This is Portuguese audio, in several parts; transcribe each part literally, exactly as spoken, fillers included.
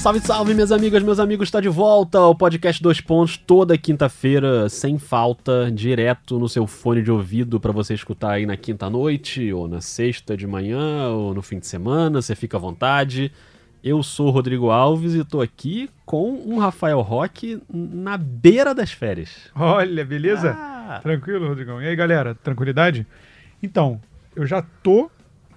Salve, salve, minhas amigas, meus amigos, está de volta ao podcast Dois Pontos, toda quinta-feira, sem falta, direto no seu fone de ouvido para você escutar aí na quinta-noite, ou na sexta de manhã, ou no fim de semana, você fica à vontade. Eu sou o Rodrigo Alves e tô aqui com um Rafael Roque na beira das férias. Olha, beleza? Ah. Tranquilo, Rodrigão? E aí, galera, tranquilidade? Então, eu já tô,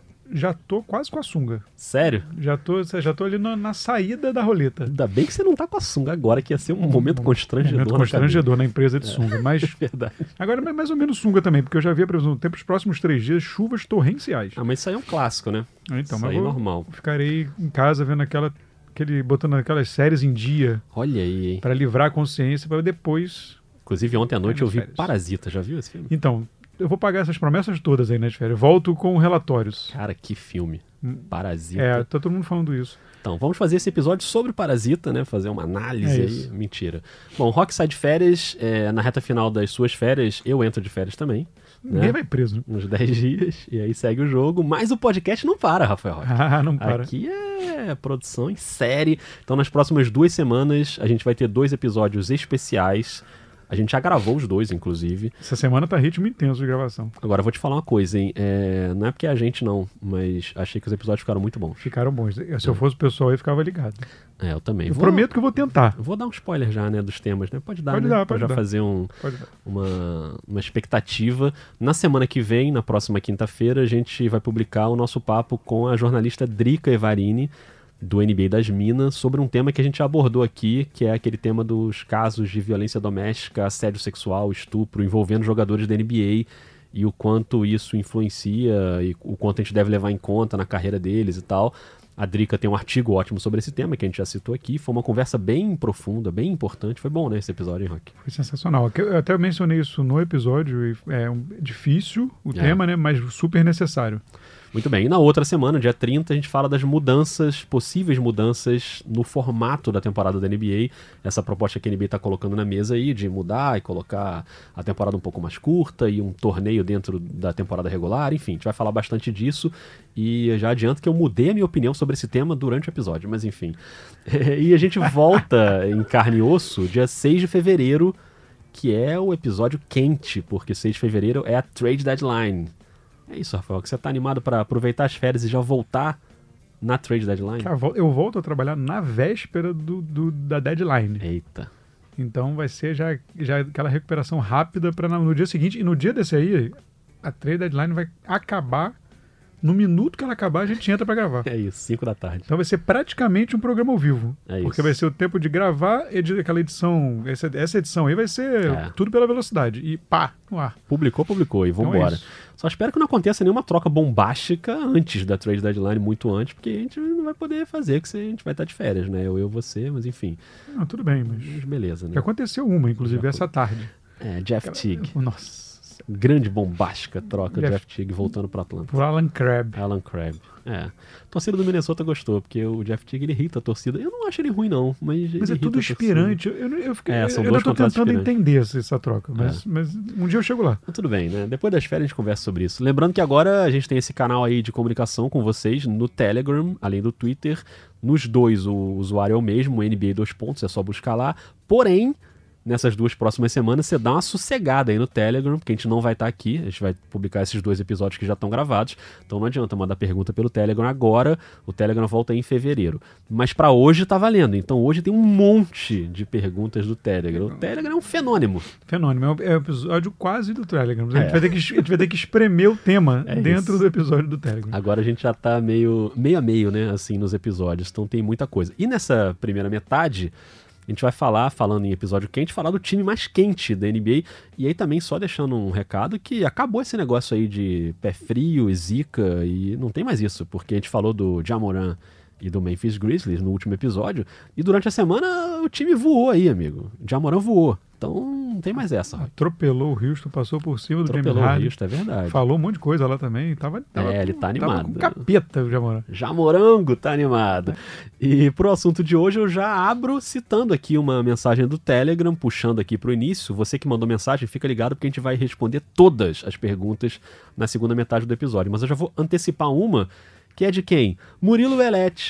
já tô quase com a sunga. Sério? Já tô, já tô ali no, na saída da roleta. Ainda bem que você não tá com a sunga agora, que ia ser um momento constrangedor. Momento na constrangedor na empresa de sunga, mas... Verdade. Agora é mais ou menos sunga também, porque eu já vi a previsão do tempo, os próximos três dias, chuvas torrenciais. Ah, mas isso aí é um clássico, né? Então, isso mas aí é vou, normal. Ficarei em casa vendo aquela, aquele, botando aquelas séries em dia Olha aí, hein? para livrar a consciência, para depois... Inclusive, ontem à noite É eu vi férias. Parasita, já viu esse filme? Então, eu vou pagar essas promessas todas aí nas férias. Volto com relatórios. Cara, que filme. Parasita. É, tá todo mundo falando isso. Então, vamos fazer esse episódio sobre Parasita, né? Fazer uma análise É aí. isso. Mentira. Bom, o Rock sai de férias, é, na reta final das suas férias, eu entro de férias também. Ninguém Né? vai preso. Uns dez dias, e aí segue o jogo. Mas o podcast não para, Rafael Roque. Ah, não para. Aqui é produção em série. Então, nas próximas duas semanas, a gente vai ter dois episódios especiais. A gente já gravou os dois, inclusive. Essa semana tá ritmo intenso de gravação. Agora, eu vou te falar uma coisa, hein? É, não é porque é a gente não, mas achei que os episódios ficaram muito bons. Ficaram bons. Se eu fosse o pessoal aí, ficava ligado. É, eu também. Eu Vou- prometo que eu vou tentar. Eu vou dar um spoiler já, né, dos temas, né? Pode dar, Pode né? dar, Pra pode já dar. fazer um, Pode dar. uma, uma expectativa. Na semana que vem, na próxima quinta-feira, a gente vai publicar o nosso papo com a jornalista Drica Evarini, do N B A das Minas, sobre um tema que a gente já abordou aqui, que é aquele tema dos casos de violência doméstica, assédio sexual, estupro, envolvendo jogadores da N B A e o quanto isso influencia e o quanto a gente deve levar em conta na carreira deles e tal. A Drica tem um artigo ótimo sobre esse tema, que a gente já citou aqui. Foi uma conversa bem profunda, bem importante. Foi bom, né, esse episódio, hein, Rock? Foi sensacional. Eu até mencionei isso no episódio. e É um- difícil o É. tema, né? Mas super necessário. Muito bem. E na outra semana, dia trinta, a gente fala das mudanças, possíveis mudanças no formato da temporada da N B A. Essa proposta que a N B A está colocando na mesa aí, de mudar e colocar a temporada um pouco mais curta e um torneio dentro da temporada regular. Enfim, a gente vai falar bastante disso. E eu já adianto que eu mudei a minha opinião sobre esse tema durante o episódio, mas enfim. E a gente volta em carne e osso dia seis de fevereiro, que é o episódio quente, porque seis de fevereiro é a trade deadline. É isso, Rafael, que você tá animado pra aproveitar as férias e já voltar na trade deadline? Cara, vol- eu volto a trabalhar na véspera do, do- da deadline. Eita. Então vai ser já, já aquela recuperação rápida para no dia seguinte. E no dia desse aí, a trade deadline vai acabar. No minuto que ela acabar, a gente entra para gravar. É isso, cinco da tarde. Então vai ser praticamente um programa ao vivo. É Porque isso. vai ser o tempo de gravar, edi- aquela edição. Essa, essa edição aí vai ser É. tudo pela velocidade. E pá, no ar. Publicou, publicou e Então é vambora. isso. Só espero que não aconteça nenhuma troca bombástica antes da trade deadline, muito antes, porque a gente não vai poder fazer, que a gente vai estar de férias, né? Eu, eu, você, mas enfim. Não, tudo bem, mas. Mas beleza, né? Já aconteceu uma, inclusive, Já essa tarde. É, Jeff Teague. Nossa. Grande bombástica troca, Jeff- Jeff Teague voltando pro Atlanta. Por Alan Crabb. Alan Crabb. É. A torcida do Minnesota gostou, porque o Jeff Teague ele irrita a torcida. Eu não acho ele ruim, não, mas. Mas ele é tudo irrita a torcida. inspirante. Eu, eu, fiquei, É, são eu dois ainda tô contratos tentando inspirantes. entender essa, essa troca. Mas, É. mas um dia eu chego lá. Mas tudo bem, né? Depois das férias a gente conversa sobre isso. Lembrando que agora a gente tem esse canal aí de comunicação com vocês no Telegram, além do Twitter. Nos dois o usuário é o mesmo, N B A dois pontos, é só buscar lá. Porém, nessas duas próximas semanas você dá uma sossegada aí no Telegram, porque a gente não vai estar aqui, a gente vai publicar esses dois episódios que já estão gravados, então não adianta mandar pergunta pelo Telegram agora, o Telegram volta aí em fevereiro. Mas pra hoje tá valendo, então hoje tem um monte de perguntas do Telegram. O Telegram é um fenômeno. Fenômeno. É um- É um episódio quase do Telegram. A, É. gente vai ter que, a gente vai ter que espremer o tema É dentro isso. do episódio do Telegram. Agora a gente já tá meio, meio a meio, né, assim, nos episódios, então tem muita coisa. E nessa primeira metade, a gente vai falar, falando em episódio quente, falar do time mais quente da N B A. E aí também só deixando um recado que acabou esse negócio aí de pé frio e zica, e não tem mais isso, porque a gente falou do Ja Morant e do Memphis Grizzlies no último episódio, e durante a semana o time voou aí, amigo. O Ja Morant voou. Então não tem mais essa. Rock. Atropelou o Houston, passou por cima do James Atropelou o Harden. Houston, é verdade. Falou um monte de coisa lá também. Tava, tava, É, ele tá animado. Tava com capeta o Jamoran. Jamorango tá animado. E pro assunto de hoje eu já abro citando aqui uma mensagem do Telegram, puxando aqui pro início. Você que mandou mensagem, fica ligado porque a gente vai responder todas as perguntas na segunda metade do episódio. Mas eu já vou antecipar uma, que é de quem? Murilo Belletti.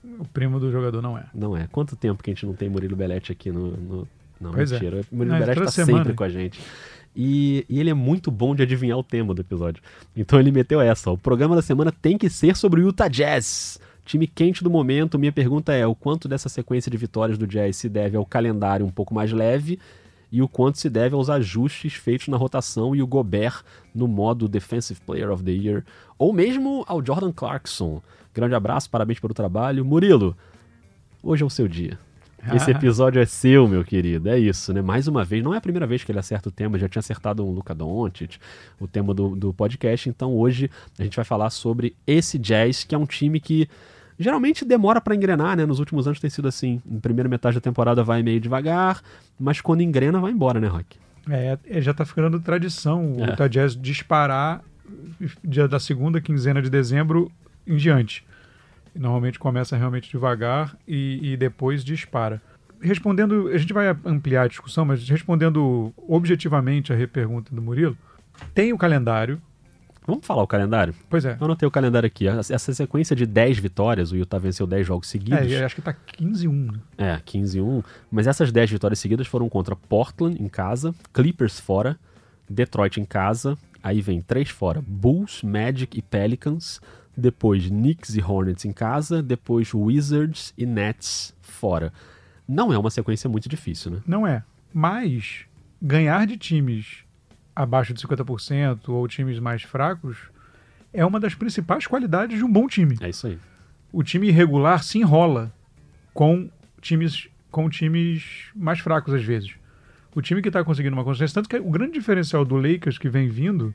O primo do jogador não é. Não é. Quanto tempo que a gente não tem Murilo Belletti aqui no... no... Não, pois mentira. É. O Murilo Belletti tá semana. sempre com a gente. E, e ele é muito bom de adivinhar o tema do episódio. Então ele meteu essa. O programa da semana tem que ser sobre o Utah Jazz. Time quente do momento. Minha pergunta é, o quanto dessa sequência de vitórias do Jazz se deve ao calendário um pouco mais leve e o quanto se deve aos ajustes feitos na rotação e o Gobert no modo Defensive Player of the Year, ou mesmo ao Jordan Clarkson. Grande abraço, parabéns pelo trabalho. Murilo, hoje é o seu dia. Esse episódio é seu, meu querido. É isso, né? Mais uma vez, não é a primeira vez que ele acerta o tema, já tinha acertado um Luka Doncic, o tema do, do podcast. Então hoje a gente vai falar sobre esse Jazz, que é um time que geralmente demora para engrenar, né? Nos últimos anos tem sido assim. Na primeira metade da temporada vai meio devagar, mas quando engrena vai embora, né, Rock? É, já tá ficando tradição o É. Utah Jazz disparar dia da segunda quinzena de dezembro em diante. Normalmente começa realmente devagar e, e depois dispara. Respondendo, a gente vai ampliar a discussão, mas respondendo objetivamente a pergunta do Murilo, tem o calendário. Vamos falar o calendário? Pois é. Eu anotei o calendário aqui. Essa sequência de dez vitórias, o Utah venceu dez jogos seguidos. É, acho que tá quinze a um. Né? É, quinze a um. Mas essas dez vitórias seguidas foram contra Portland em casa, Clippers fora, Detroit em casa, aí vem três fora, Bulls, Magic e Pelicans, depois Knicks e Hornets em casa, depois Wizards e Nets fora. Não é uma sequência muito difícil, né? Não é. Mas ganhar de times abaixo de cinquenta por cento ou times mais fracos é uma das principais qualidades de um bom time. É isso aí. O time irregular se enrola com times, com times mais fracos às vezes. O time que está conseguindo uma consistência, tanto que o grande diferencial do Lakers que vem vindo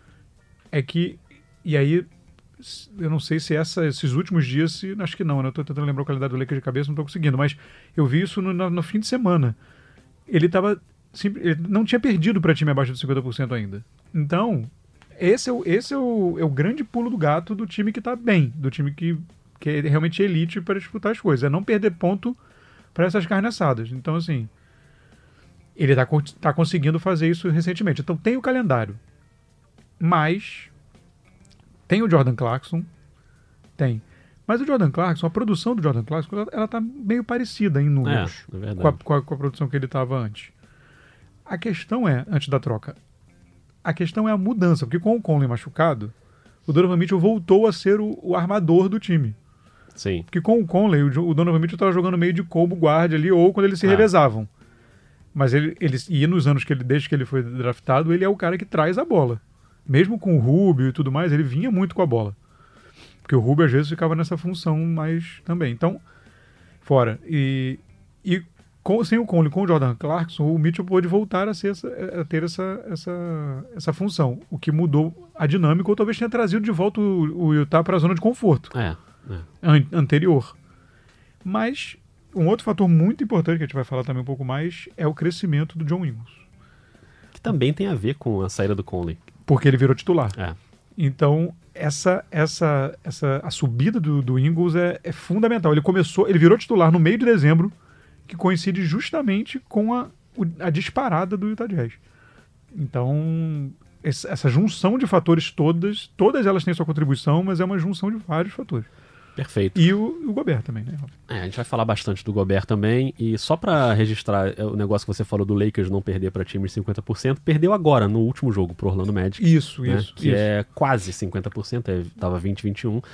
é que, e aí eu não sei se essa, esses últimos dias, se, acho que não, né? Eu tô tentando lembrar o calendário do Lakers de cabeça, não tô conseguindo, mas eu vi isso no, no, no fim de semana. Ele tava, ele não tinha perdido para time abaixo de cinquenta por cento ainda. Então, esse, é o, esse é, o, é o grande pulo do gato do time que tá bem, do time que, que é realmente elite para disputar as coisas, é não perder ponto para essas carnes assadas. Então, assim, ele tá, tá conseguindo fazer isso recentemente. Então, tem o calendário, mas tem o Jordan Clarkson, tem. Mas o Jordan Clarkson, a produção do Jordan Clarkson, ela, ela tá meio parecida em números é, é com, a, com, a, com a produção que ele estava antes. A questão é, antes da troca, a questão é a mudança, porque com o Conley machucado, o Donovan Mitchell voltou a ser o, o armador do time. Sim. Porque com o Conley, o, o Donovan Mitchell estava jogando meio de combo guard ali, ou quando eles se ah. revezavam. Mas ele, ele, e nos anos que ele, desde que ele foi draftado, ele é o cara que traz a bola. Mesmo com o Rubio e tudo mais, ele vinha muito com a bola. Porque o Rubio às vezes ficava nessa função mais também. Então, fora. E, e com, sem o Conley, com o Jordan Clarkson, o Mitchell pôde voltar a, ser essa, a ter essa, essa, essa função. O que mudou a dinâmica, ou talvez tenha trazido de volta o, o Utah para a zona de conforto. É, é. An, anterior. Mas um outro fator muito importante, que a gente vai falar também um pouco mais, é o crescimento do John Ingles. Que também tem a ver com a saída do Conley. Porque ele virou titular. É. Então, essa, essa, essa, a subida do, do Ingles é, é fundamental. Ele começou, ele virou titular no meio de dezembro, que coincide justamente com a, a disparada do Utah Jazz. Então, essa junção de fatores todas, todas elas têm sua contribuição, mas é uma junção de vários fatores. Perfeito. E o, o Gobert também, né? É, a gente vai falar bastante do Gobert também, e só pra registrar o negócio que você falou do Lakers não perder pra time de cinquenta por cento, perdeu agora, no último jogo, pro Orlando Magic. Isso, né? isso. Que isso. é quase cinquenta por cento, é, tava vinte, vinte e um,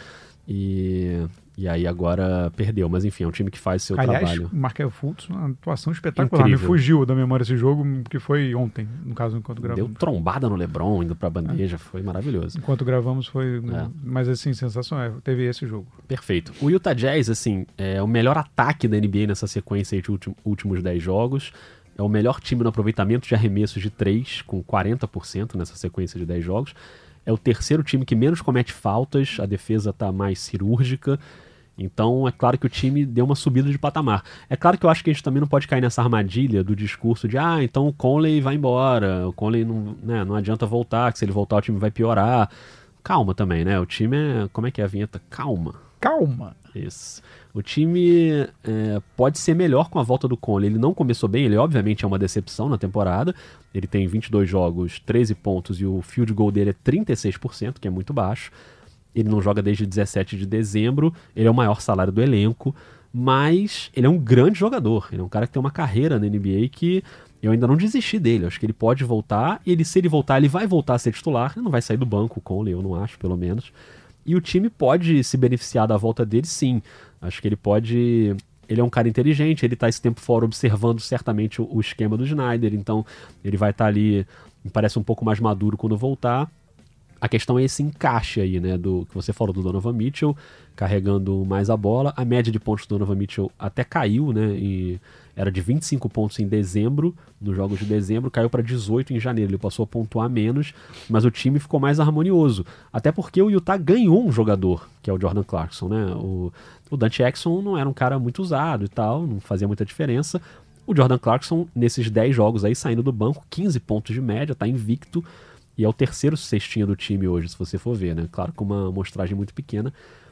e, e aí agora perdeu. Mas enfim, é um time que faz seu Aliás, trabalho. Markel Fultz, uma atuação espetacular. Incrível. Me fugiu da memória esse jogo, que foi ontem, no caso, enquanto gravamos. Deu trombada no LeBron, indo pra bandeja, é. Foi maravilhoso. Enquanto gravamos foi... É. Mas assim, sensacional. Teve esse jogo. Perfeito. O Utah Jazz, assim, é o melhor ataque da N B A nessa sequência de últimos dez jogos. É o melhor time no aproveitamento de arremessos de três, com quarenta por cento nessa sequência de dez jogos. É o terceiro time que menos comete faltas, a defesa está mais cirúrgica. Então, é claro que o time deu uma subida de patamar. É claro que eu acho que a gente também não pode cair nessa armadilha do discurso de ah, então o Conley vai embora, o Conley não, né, não adianta voltar, que se ele voltar o time vai piorar. Calma também, né? O time é... Como é que é a vinheta? Calma. Calma. Isso. O time é, pode ser melhor com a volta do Conley. Ele não começou bem, ele obviamente é uma decepção na temporada. Ele tem vinte e dois jogos, treze pontos e o field goal dele é trinta e seis por cento, que é muito baixo. ele não joga desde dezessete de dezembro, ele é o maior salário do elenco, mas ele é um grande jogador, ele é um cara que tem uma carreira na N B A que eu ainda não desisti dele, eu acho que ele pode voltar, e ele, se ele voltar, ele vai voltar a ser titular, ele não vai sair do banco, o Conley, eu não acho, pelo menos, e o time pode se beneficiar da volta dele, sim, acho que ele pode... Ele é um cara inteligente, ele tá esse tempo fora observando certamente o, o esquema do Snyder, então ele vai estar tá ali, me parece um pouco mais maduro quando voltar. A questão é esse encaixe aí, né, do que você falou do Donovan Mitchell, carregando mais a bola. A média de pontos do Donovan Mitchell até caiu, né, e era de vinte e cinco pontos em dezembro, nos jogos de dezembro, caiu para dezoito em janeiro, ele passou a pontuar menos, mas o time ficou mais harmonioso. Até porque o Utah ganhou um jogador, que é o Jordan Clarkson, né, o, o Dante Exum não era um cara muito usado e tal, não fazia muita diferença. O Jordan Clarkson, nesses dez jogos aí, saindo do banco, quinze pontos de média, tá invicto, e é o terceiro cestinha do time hoje, se você for ver, né? Claro, com uma amostragem muito pequena.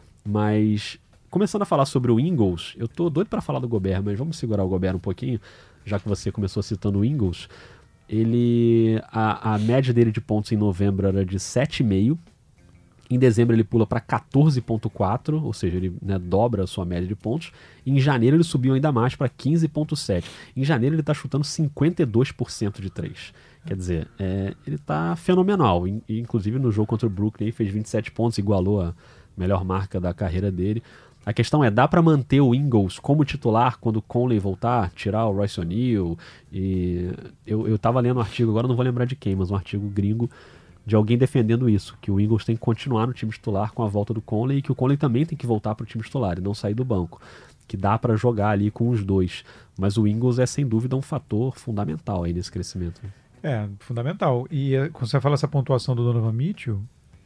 Mas, começando a falar sobre o Ingles, eu tô doido para falar do Gobert, mas vamos segurar o Gobert um pouquinho, já que você começou citando o Ingles. Ele, a, a média dele de pontos em novembro era de sete vírgula cinco. Em dezembro ele pula para quatorze vírgula quatro, ou seja, ele, né, dobra a sua média de pontos. Em janeiro ele subiu ainda mais para quinze vírgula sete. Em janeiro ele está chutando cinquenta e dois por cento de três. Quer dizer, é, ele está fenomenal. In, inclusive no jogo contra o Brooklyn ele fez vinte e sete pontos, igualou a melhor marca da carreira dele. A questão é, dá para manter o Ingles como titular quando o Conley voltar, tirar o Royce O'Neal? E eu, eu tava lendo um artigo, agora não vou lembrar de quem, mas um artigo gringo de alguém defendendo isso, que o Ingles tem que continuar no time titular com a volta do Conley e que o Conley também tem que voltar para o time titular e não sair do banco, que dá para jogar ali com os dois, mas o Ingles é sem dúvida um fator fundamental aí nesse crescimento. É, fundamental. E quando você fala essa pontuação do Donovan Mitchell,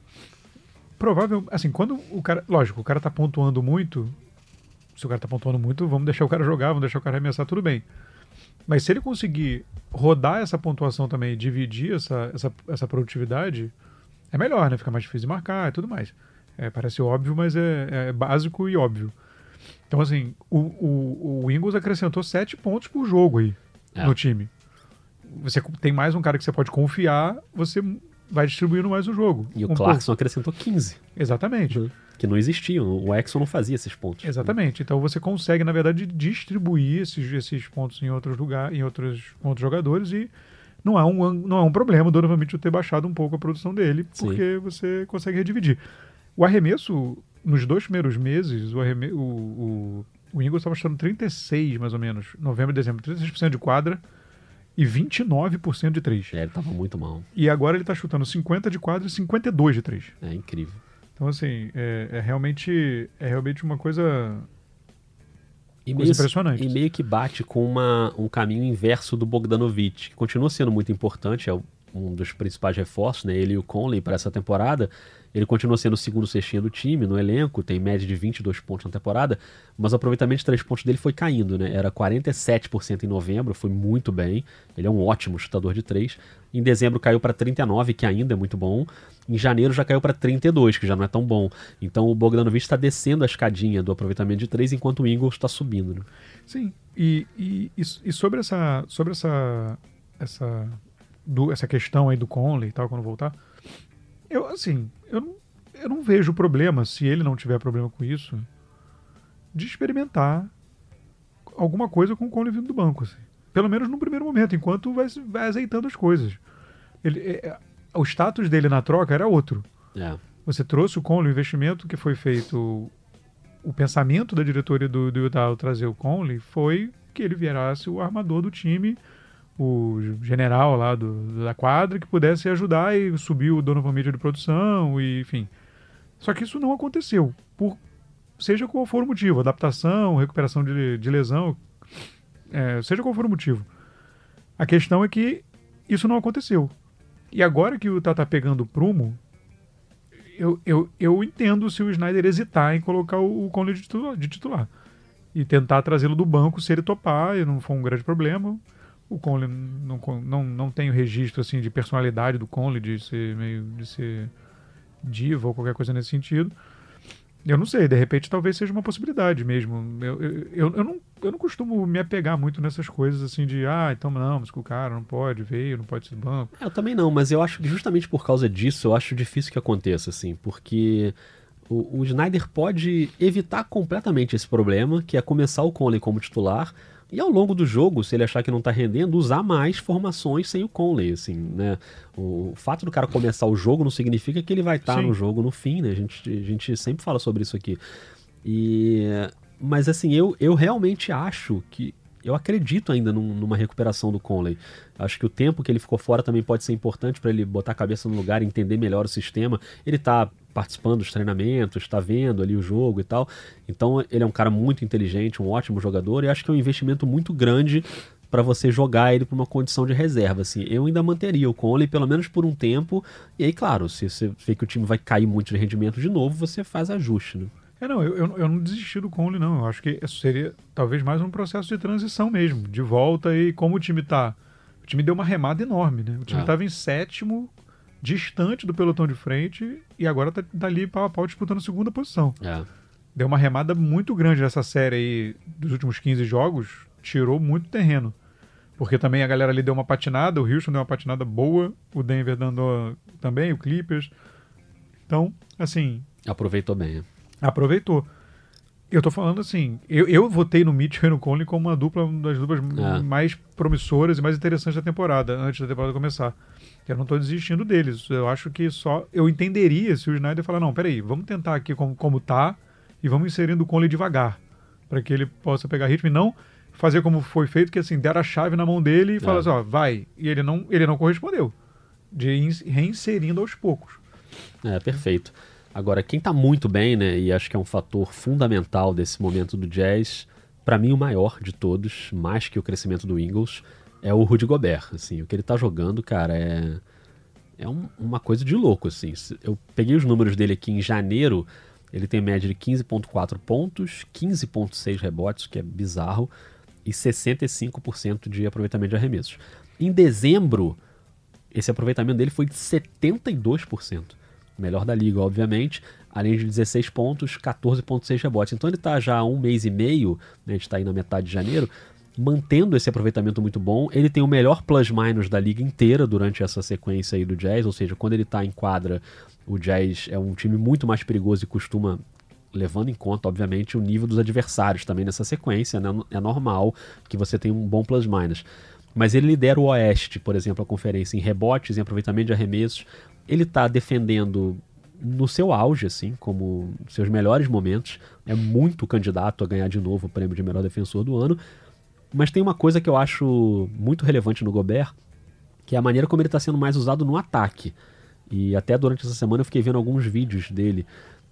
provável, assim, quando o cara, lógico, o cara tá pontuando muito, se o cara tá pontuando muito, vamos deixar o cara jogar, vamos deixar o cara arremessar, tudo bem. Mas se ele conseguir rodar essa pontuação também, dividir essa, essa, essa produtividade, é melhor, né? Fica mais difícil de marcar e tudo mais. É, parece óbvio, mas é, é básico e óbvio. Então, assim, o, o, o Ingles acrescentou sete pontos por jogo aí é. no time. Você tem mais um cara que você pode confiar, você vai distribuindo mais o jogo. E um o Clarkson pouco. acrescentou quinze. Exatamente. Uhum. Que não existiam. O Exum não fazia esses pontos. Exatamente. Então você consegue, na verdade, distribuir esses, esses pontos em outros lugares, em outros, outros jogadores, e não é um, não é um problema o Donovan Mitchell ter baixado um pouco a produção dele, porque Sim. você consegue redividir. O arremesso, nos dois primeiros meses, o, arreme, o, o, o Ingles estava achando trinta e seis, mais ou menos, novembro e dezembro, trinta e seis por cento de quadra e vinte e nove por cento de três. É, ele estava muito mal. E agora ele está chutando cinquenta de quadra e cinquenta e dois de três. É incrível. Então, assim, é, é, realmente, é realmente uma coisa, e coisa meio, impressionante. E meio que bate com uma, um caminho inverso do Bogdanovic, que continua sendo muito importante, é um dos principais reforços, né? Ele e o Conley para essa temporada. Ele continua sendo o segundo cestinha do time, no elenco, tem média de vinte e dois pontos na temporada, mas o aproveitamento de três pontos dele foi caindo, né? Era quarenta e sete por cento em novembro, foi muito bem, ele é um ótimo chutador de três. Em dezembro caiu para trinta e nove, que ainda é muito bom. Em janeiro já caiu para trinta e dois, que já não é tão bom. Então o Bogdanovic está descendo a escadinha do aproveitamento de três, enquanto o Ingles está subindo, né? Sim, e, e, e sobre essa sobre essa essa, do, essa questão aí do Conley e tal, quando voltar, eu, assim, eu não, eu não vejo problema, se ele não tiver problema com isso, de experimentar alguma coisa com o Conley vindo do banco, assim. Pelo menos no primeiro momento, enquanto vai, vai azeitando as coisas. Ele, é, o status dele na troca era outro. É. Você trouxe o Conley, o investimento que foi feito, o pensamento da diretoria do, do Utah ao trazer o Conley foi que ele virasse o armador do time, o general lá do, da quadra, que pudesse ajudar e subir o Donovan Mitchell de produção, e, enfim. Só que isso não aconteceu, por seja qual for o motivo, adaptação, recuperação de, de lesão, é, seja qual for o motivo. A questão é que isso não aconteceu. E agora que o Utah tá pegando o prumo, eu, eu, eu entendo se o Snyder hesitar em colocar o, o Conley de titular, de titular e tentar trazê-lo do banco, se ele topar, e não for um grande problema. O Conley não, não, não tem o registro assim, de personalidade do Conley, de ser meio de ser diva ou qualquer coisa nesse sentido. Eu não sei, de repente talvez seja uma possibilidade mesmo. Eu, eu, eu, eu, não, eu não costumo me apegar muito nessas coisas assim de, ah, então não, mas que o cara não pode, veio, não pode ser banco. Eu também não, mas eu acho que justamente por causa disso, eu acho difícil que aconteça, assim, porque O, o Snyder pode evitar completamente esse problema, que é começar o Conley como titular, e ao longo do jogo, se ele achar que não tá rendendo, usar mais formações sem o Conley, assim, né? O fato do cara começar o jogo não significa que ele vai estar no jogo no fim, né? A gente, a gente sempre fala sobre isso aqui. E... Mas assim, eu, eu realmente acho que... Eu acredito ainda num, numa recuperação do Conley. Acho que o tempo que ele ficou fora também pode ser importante para ele botar a cabeça no lugar, entender melhor o sistema. Ele tá participando dos treinamentos, está vendo ali o jogo e tal. Então ele é um cara muito inteligente, um ótimo jogador, e acho que é um investimento muito grande para você jogar ele para uma condição de reserva. Assim, eu ainda manteria o Conley pelo menos por um tempo, e aí, claro, se você vê que o time vai cair muito de rendimento de novo, você faz ajuste, né? É, não, eu, eu, eu não desisti do Conley, não. Eu acho que isso seria talvez mais um processo de transição mesmo, de volta, e como o time tá... O time deu uma remada enorme, né? O time estava é. em sétimo, distante do pelotão de frente, e agora tá, tá ali pau a pau disputando a segunda posição. É. Deu uma remada muito grande nessa série aí dos últimos quinze jogos, tirou muito terreno. Porque também a galera ali deu uma patinada, o Houston deu uma patinada boa, o Denver dando também, o Clippers. Então, assim... Aproveitou bem, né? Aproveitou. Eu tô falando assim, eu, eu votei no Mitchell e no Conley como uma dupla, uma das duplas é. mais promissoras e mais interessantes da temporada, antes da temporada começar. Eu não tô desistindo deles. Eu acho que só... Eu entenderia se o Snyder falar, não, peraí, vamos tentar aqui como, como tá e vamos inserindo o Conley devagar, para que ele possa pegar ritmo e não fazer como foi feito, que assim, deram a chave na mão dele e é. falaram assim, ó, vai. E ele não, ele não correspondeu. De ir reinserindo aos poucos. É, perfeito. Agora, quem tá muito bem, né, e acho que é um fator fundamental desse momento do Jazz, para mim o maior de todos, mais que o crescimento do Ingles, é o Rudy Gobert. Assim, o que ele tá jogando, cara, é, é um, uma coisa de louco. Assim. Eu peguei os números dele aqui em janeiro, ele tem média de quinze vírgula quatro pontos, quinze vírgula seis rebotes, que é bizarro, e sessenta e cinco por cento de aproveitamento de arremessos. Em dezembro, esse aproveitamento dele foi de setenta e dois por cento. Melhor da liga, obviamente, além de dezesseis pontos, quatorze vírgula seis rebotes. Então ele está já há um mês e meio, né, a gente está aí na metade de janeiro, mantendo esse aproveitamento muito bom. Ele tem o melhor plus-minus da liga inteira durante essa sequência aí do Jazz, ou seja, quando ele está em quadra, o Jazz é um time muito mais perigoso e costuma, levando em conta, obviamente, o nível dos adversários também nessa sequência, né? É normal que você tenha um bom plus-minus. Mas ele lidera o Oeste, por exemplo, a conferência em rebotes, em aproveitamento de arremessos. Ele está defendendo no seu auge, assim, como seus melhores momentos. É muito candidato a ganhar de novo o prêmio de melhor defensor do ano. Mas tem uma coisa que eu acho muito relevante no Gobert, que é a maneira como ele está sendo mais usado no ataque. E até durante essa semana eu fiquei vendo alguns vídeos dele,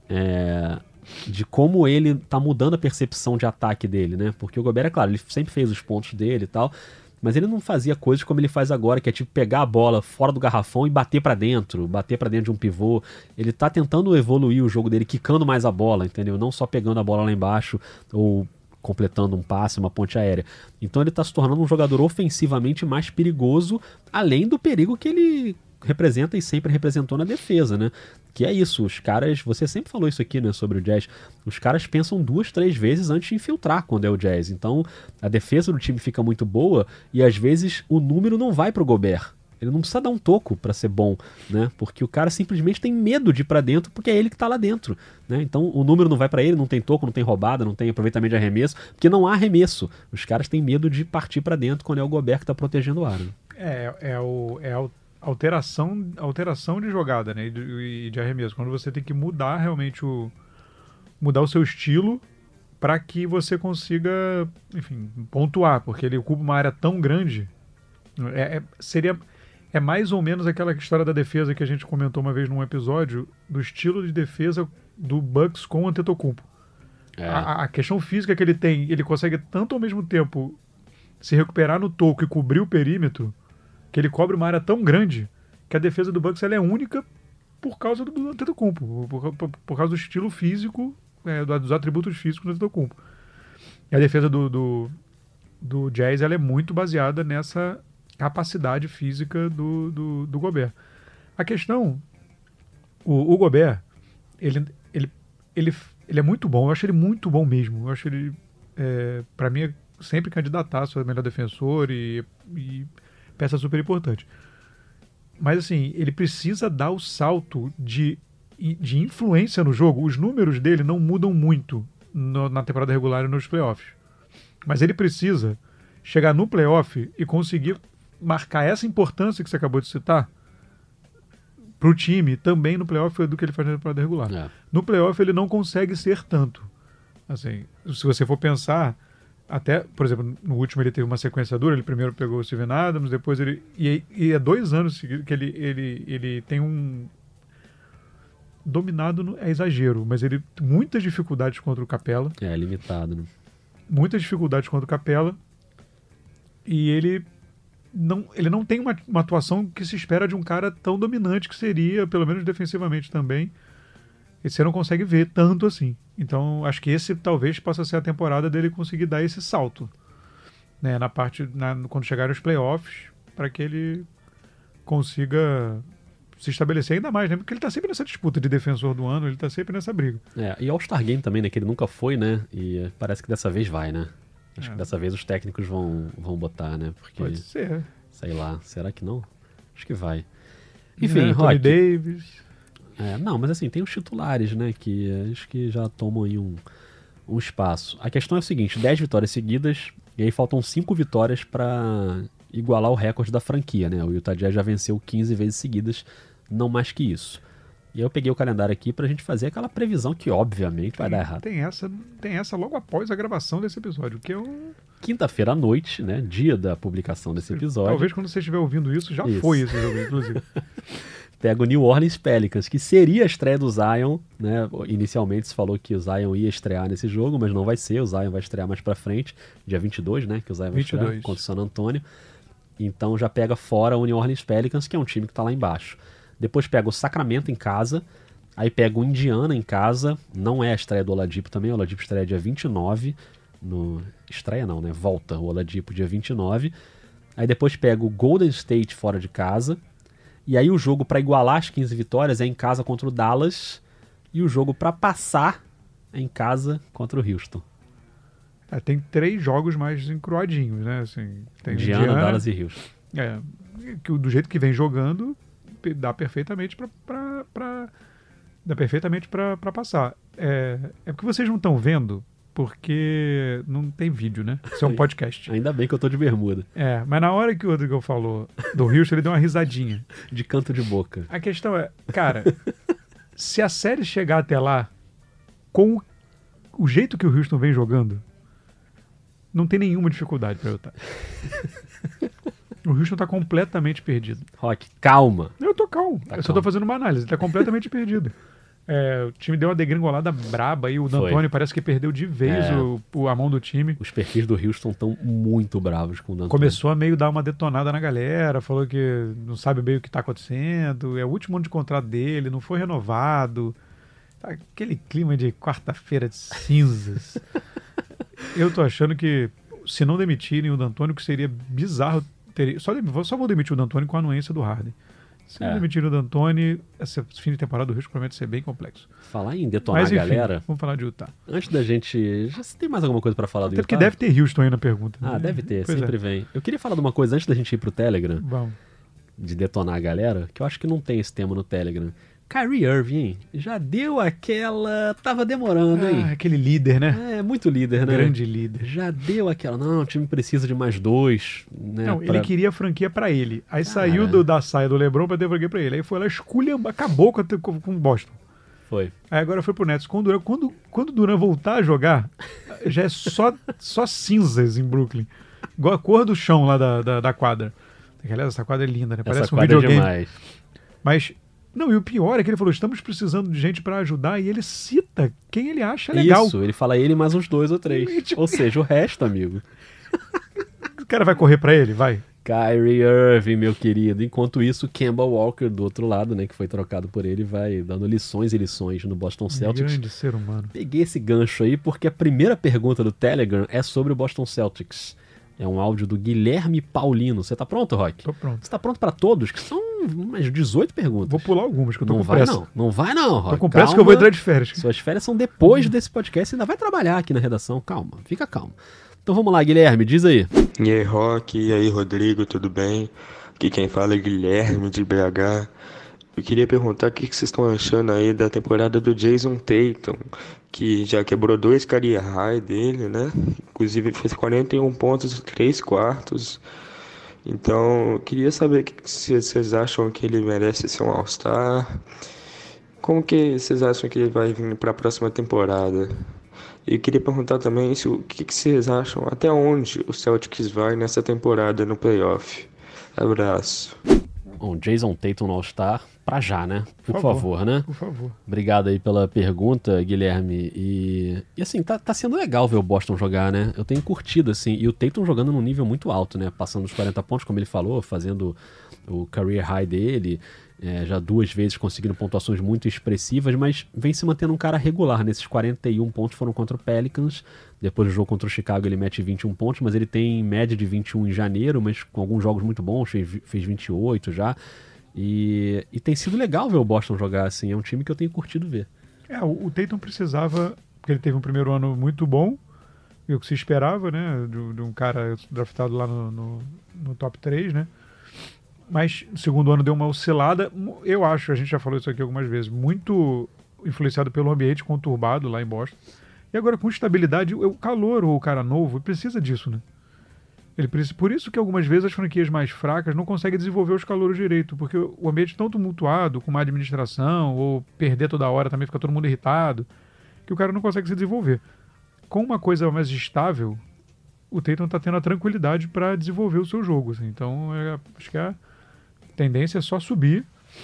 é, de como ele está mudando a percepção de ataque dele, né? Porque o Gobert, é claro, ele sempre fez os pontos dele e tal, mas ele não fazia coisas como ele faz agora, que é tipo pegar a bola fora do garrafão e bater pra dentro, bater pra dentro de um pivô. Ele tá tentando evoluir o jogo dele, quicando mais a bola, entendeu? Não só pegando a bola lá embaixo ou completando um passe, uma ponte aérea. Então ele tá se tornando um jogador ofensivamente mais perigoso, além do perigo que ele representa e sempre representou na defesa, né? Que é isso, os caras, você sempre falou isso aqui, né, sobre o Jazz, os caras pensam duas, três vezes antes de infiltrar quando é o Jazz, então a defesa do time fica muito boa e às vezes o número não vai pro Gobert, ele não precisa dar um toco pra ser bom, né, porque o cara simplesmente tem medo de ir pra dentro porque é ele que tá lá dentro, né, então o número não vai pra ele, não tem toco, não tem roubada, não tem aproveitamento de arremesso, porque não há arremesso, os caras têm medo de partir pra dentro quando é o Gobert que tá protegendo o ar, né? É, é o... É o... alteração, alteração de jogada, né, e de, e de arremesso, quando você tem que mudar realmente o mudar o seu estilo para que você consiga, enfim, pontuar, porque ele ocupa uma área tão grande, é, é, seria é mais ou menos aquela história da defesa que a gente comentou uma vez num episódio, do estilo de defesa do Bucks com o Antetokounmpo. É. A, a questão física que ele tem, ele consegue tanto ao mesmo tempo se recuperar no toco e cobrir o perímetro, que ele cobre uma área tão grande que a defesa do Bucks ela é única por causa do Antetokounmpo, por, por, por causa do estilo físico, é, dos atributos físicos do Antetokounmpo. E a defesa do, do, do Jazz ela é muito baseada nessa capacidade física do, do, do Gobert. A questão, o, o Gobert, ele, ele, ele, ele é muito bom, eu acho ele muito bom mesmo, eu acho ele, é, para mim, é sempre candidataço a melhor defensor e... e peça super importante. Mas assim, ele precisa dar o salto de de influência no jogo, os números dele não mudam muito no, na temporada regular e nos playoffs. Mas ele precisa chegar no playoff e conseguir marcar essa importância que você acabou de citar pro time também no playoff do que ele faz na temporada regular. É. No playoff ele não consegue ser tanto. Assim, se você for pensar, até, por exemplo, no último ele teve uma sequência dura, ele primeiro pegou o Steven Adams, depois ele... E, e é dois anos que ele, ele, ele tem um... Dominado no, é exagero, mas ele tem muitas dificuldades contra o Capela. É, limitado, né? Muitas dificuldades contra o Capela. E ele não, ele não tem uma, uma atuação que se espera de um cara tão dominante que seria, pelo menos defensivamente também. E você não consegue ver tanto assim. Então, acho que esse talvez possa ser a temporada dele conseguir dar esse salto, né, na parte, na, quando chegar os playoffs, para que ele consiga se estabelecer ainda mais, né? Porque ele tá sempre nessa disputa de defensor do ano, ele tá sempre nessa briga. É, e All-Star Game também, né? Que ele nunca foi, né? E parece que dessa vez vai, né? Acho é. que dessa vez os técnicos vão, vão botar, né? Porque, pode ser. Sei lá, será que não? Acho que vai. Enfim, é, Rock. Tony Davis. É, não, mas assim, tem os titulares, né? Que acho que já tomam aí um, um espaço. A questão é o seguinte, dez vitórias seguidas, e aí faltam cinco vitórias para igualar o recorde da franquia, né? O Utah Jazz já venceu quinze vezes seguidas, não mais que isso. E aí eu peguei o calendário aqui pra gente fazer aquela previsão que obviamente tem, vai dar errado. Tem essa, tem essa logo após a gravação desse episódio, que é um... Quinta-feira à noite, né? Dia da publicação desse episódio. Talvez quando você estiver ouvindo isso, já isso. foi esse jogo, inclusive. Pega o New Orleans Pelicans, que seria a estreia do Zion, né? Inicialmente se falou que o Zion ia estrear nesse jogo, mas não vai ser, o Zion vai estrear mais pra frente, dia vinte e dois, né? Que o Zion vai vinte e dois. estrear contra o San Antonio. Então já pega fora o New Orleans Pelicans, que é um time que tá lá embaixo. Depois pega o Sacramento em casa, aí pega o Indiana em casa, não é a estreia do Oladipo também, o Oladipo estreia dia vinte e nove, no... estreia não, né? Volta o Oladipo dia vinte e nove. Aí depois pega o Golden State fora de casa, e aí o jogo para igualar as quinze vitórias é em casa contra o Dallas, e o jogo para passar é em casa contra o Houston. É, tem três jogos mais encruadinhos, né? Assim, tem Indiana, Indiana, Dallas e Houston. É, que do jeito que vem jogando, dá perfeitamente para dá perfeitamente para passar. É, é porque vocês não estão vendo, porque não tem vídeo, né? Isso é um podcast. Ainda bem que eu tô de bermuda. É, mas na hora que o Rodrigo falou do Houston, ele deu uma risadinha. De canto de boca. A questão é, cara, se a série chegar até lá, com o, o jeito que o Houston vem jogando, não tem nenhuma dificuldade para eu estar. O Houston tá completamente perdido. Rock, calma. Eu tô calmo. Tá eu só calmo. tô fazendo uma análise. Ele tá completamente perdido. É, o time deu uma degringolada braba e o D'Antoni parece que perdeu de vez é. o, o, a mão do time. Os perfis do Houston estão muito bravos com o D'Antoni. Começou a meio dar uma detonada na galera, falou que não sabe bem o que tá acontecendo, é o último ano de contrato dele, não foi renovado. Tá aquele clima de quarta-feira de cinzas. Eu tô achando que se não demitirem o D'Antoni, que seria bizarro, teria, só, só vou demitir o D'Antoni com a anuência do Harden. Se não é. demitir o D'Antoni, esse fim de temporada do Houston promete ser bem complexo. Falar em detonar Mas, enfim, a galera... vamos falar de Utah. Antes da gente... Já tem mais alguma coisa pra falar do Até Utah? porque deve ter Houston aí na pergunta. Ah, né? deve ter, Pois sempre é. vem. Eu queria falar de uma coisa antes da gente ir pro Telegram, Vamos. de detonar a galera, que eu acho que não tem esse tema no Telegram. Kyrie Irving, hein? Já deu aquela... Tava demorando, hein? Ah, aquele líder, né? É, muito líder, né? Grande líder. Já deu aquela... Não, o time precisa de mais dois, né? Não, pra... ele queria a franquia pra ele. Aí Cara. saiu do, da saia do LeBron pra ter a franquia pra ele. Aí foi lá, esculhamba, acabou com, a, com, com o Boston. Foi. Aí agora foi pro Nets. Quando, Durant, quando, quando o Durant voltar a jogar, já é só, só cinzas em Brooklyn. Igual a cor do chão lá da, da, da quadra. Aliás, essa quadra é linda, né? Parece Essa um quadra videogame. é demais. Mas... Não, e o pior é que ele falou, estamos precisando de gente pra ajudar, e ele cita quem ele acha legal. Isso, ele fala ele mais uns dois ou três. E, tipo... Ou seja, o resto, amigo. O cara vai correr pra ele? Vai. Kyrie Irving, meu querido. Enquanto isso, Kemba Walker, do outro lado, né, que foi trocado por ele, vai dando lições e lições no Boston Celtics. Grande ser humano. Peguei esse gancho aí porque a primeira pergunta do Telegram é sobre o Boston Celtics. É um áudio do Guilherme Paulino. Você tá pronto, Rock? Tô pronto. Você tá pronto pra todos? Que são umas dezoito perguntas. Vou pular algumas, que eu tô não com vai, pressa. Não, não vai não, Rock. Tô com pressa Calma. que eu vou entrar de férias. Suas férias são depois desse podcast. Você ainda vai trabalhar aqui na redação. Calma, fica calmo. Então vamos lá, Guilherme, diz aí. E aí, Rock, e aí, Rodrigo, tudo bem? Aqui quem fala é Guilherme de B H. Eu queria perguntar o que que vocês estão achando aí da temporada do Jason Tatum, que já quebrou dois career high dele, né? Inclusive fez quarenta e um pontos, três quartos. Então, eu queria saber o que que vocês acham que ele merece ser um All-Star. Como que vocês acham que ele vai vir para a próxima temporada? E eu queria perguntar também se, o que que vocês acham, até onde o Celtics vai nessa temporada no playoff. Abraço. Bom, Jason Tatum no All-Star, pra já, né? Por, Por favor, favor, né? Por favor. Obrigado aí pela pergunta, Guilherme. E, e assim, tá, tá sendo legal ver o Boston jogar, né? Eu tenho curtido, assim. E o Tatum jogando num nível muito alto, né? Passando dos quarenta pontos, como ele falou, fazendo o career high dele. É, já duas vezes conseguindo pontuações muito expressivas, mas vem se mantendo um cara regular. Nesses quarenta e um pontos foram contra o Pelicans. Depois do jogo contra o Chicago ele mete vinte e um pontos, mas ele tem média de vinte e um em janeiro, mas com alguns jogos muito bons, fez, fez vinte e oito já. E, e tem sido legal ver o Boston jogar assim, é um time que eu tenho curtido ver. É, o, o Tatum precisava, porque ele teve um primeiro ano muito bom, e o que se esperava, né, de, de um cara draftado lá no, no, no top três, né? Mas no segundo ano deu uma oscilada, eu acho, a gente já falou isso aqui algumas vezes, muito influenciado pelo ambiente conturbado lá em Boston. E agora com estabilidade, o calor, o cara novo, precisa disso, né? Ele precisa, por isso que algumas vezes as franquias mais fracas não conseguem desenvolver os calouros direito, porque o ambiente é tão tumultuado, com má administração, ou perder toda hora também fica todo mundo irritado, que o cara não consegue se desenvolver. Com uma coisa mais estável, o Tatum está tendo a tranquilidade para desenvolver o seu jogo. Assim. Então, é, acho que a tendência é só subir.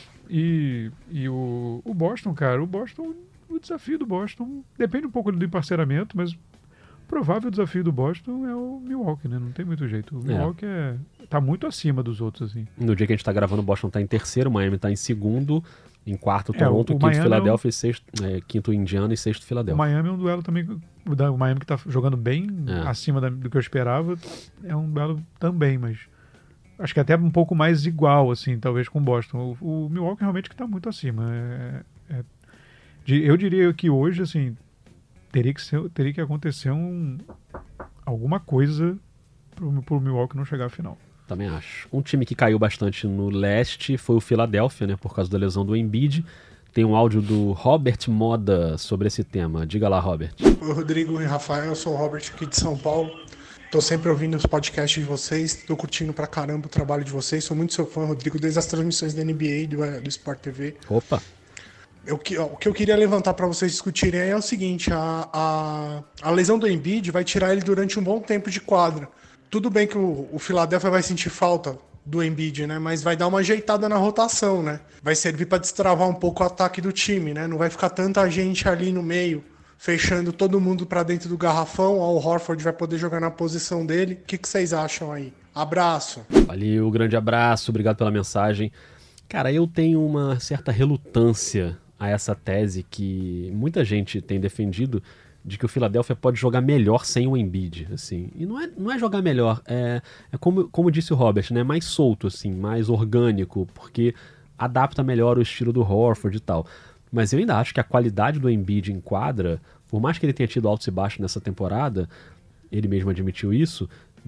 E, e o, o Boston, cara, o Boston, o desafio do Boston depende um pouco do emparceramento, mas o provável desafio do Boston é o Milwaukee, né? Não tem muito jeito. O Milwaukee é. É, tá muito acima dos outros, assim. No dia que a gente tá gravando, o Boston tá em terceiro, o Miami tá em segundo, em quarto É, Toronto, o- o quinto Miami Philadelphia, e sexto, é, quinto Indiana e sexto O Philadelphia. Miami é um duelo também. O da- o Miami que tá jogando bem É. acima da- do que eu esperava. É um duelo também, mas acho que até um pouco mais igual, assim, talvez com o Boston. O, o Milwaukee realmente que tá muito acima. É- é- de- eu diria que hoje, assim, teria que, ser, teria que acontecer um, alguma coisa pro, pro Milwaukee não chegar à final. Também acho. Um time que caiu bastante no leste foi o Philadelphia, né, por causa da lesão do Embiid. Tem um áudio do Robert Moda sobre esse tema. Diga lá, Robert. Oi, Rodrigo e Rafael, eu sou o Robert aqui de São Paulo. Tô sempre ouvindo os podcasts de vocês, tô curtindo pra caramba o trabalho de vocês. Sou muito seu fã, Rodrigo, desde as transmissões da N B A e do, do Sport T V. Opa! Eu, que- ó, o que eu queria levantar pra vocês discutirem aí é o seguinte: a, a, a lesão do Embiid vai tirar ele durante um bom tempo de quadra. Tudo bem que o, o Philadelphia vai sentir falta do Embiid, né? Mas vai dar uma ajeitada na rotação, né? Vai servir pra destravar um pouco o ataque do time, né? Não vai ficar tanta gente ali no meio, fechando todo mundo pra dentro do garrafão. Ó, o Horford vai poder jogar na posição dele. O que, que vocês acham aí? Abraço! Valeu, grande abraço, obrigado pela mensagem. Cara, eu tenho uma certa relutância a essa tese que muita gente tem defendido de que o Philadelphia pode jogar melhor sem o Embiid, assim. E não é, não é jogar melhor, é, é como, como disse o Robert, né? Mais solto, assim, mais orgânico, porque adapta melhor o estilo do Horford e tal. Mas eu ainda acho que a qualidade do Embiid em quadra, por mais que ele tenha tido altos e baixos nessa temporada, ele mesmo admitiu isso,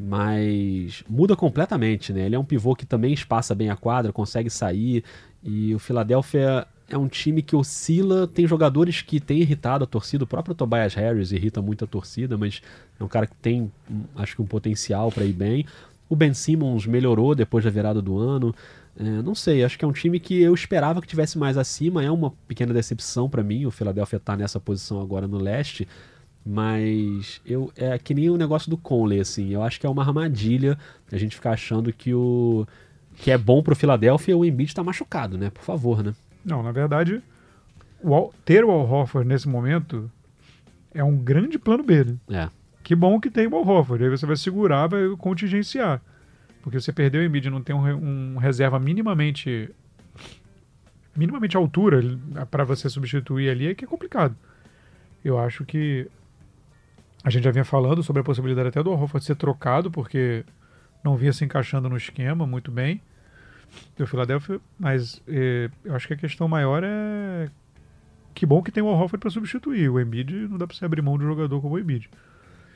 mas muda completamente, né? Ele é um pivô que também espaça bem a quadra, consegue sair, e o Philadelphia é um time que oscila, tem jogadores que têm irritado a torcida, o próprio Tobias Harris irrita muito a torcida, mas é um cara que tem, acho que um potencial para ir bem. O Ben Simmons melhorou depois da virada do ano, é, não sei, acho que é um time que eu esperava que tivesse mais acima, é uma pequena decepção para mim, o Philadelphia tá nessa posição agora no leste, mas eu, é que nem o negócio do Conley, assim, eu acho que é uma armadilha a gente ficar achando que o que é bom pro Philadelphia, o Embiid tá machucado, né? Por favor, né? Não, na verdade, o Al- ter o Al Horford nesse momento é um grande plano B, né? É. Que bom que tem o Al Horford. Aí você vai segurar, vai contingenciar. Porque você perdeu o Embiid e não tem um, re- um reserva minimamente minimamente à altura para você substituir ali, é que é complicado. Eu acho que a gente já vinha falando sobre a possibilidade até do Al Horford ser trocado, porque não vinha se encaixando no esquema muito bem do Philadelphia, mas eh, eu acho que a questão maior é que bom que tem o Al Horford para substituir. O Embiid não dá para você abrir mão de um jogador como o Embiid.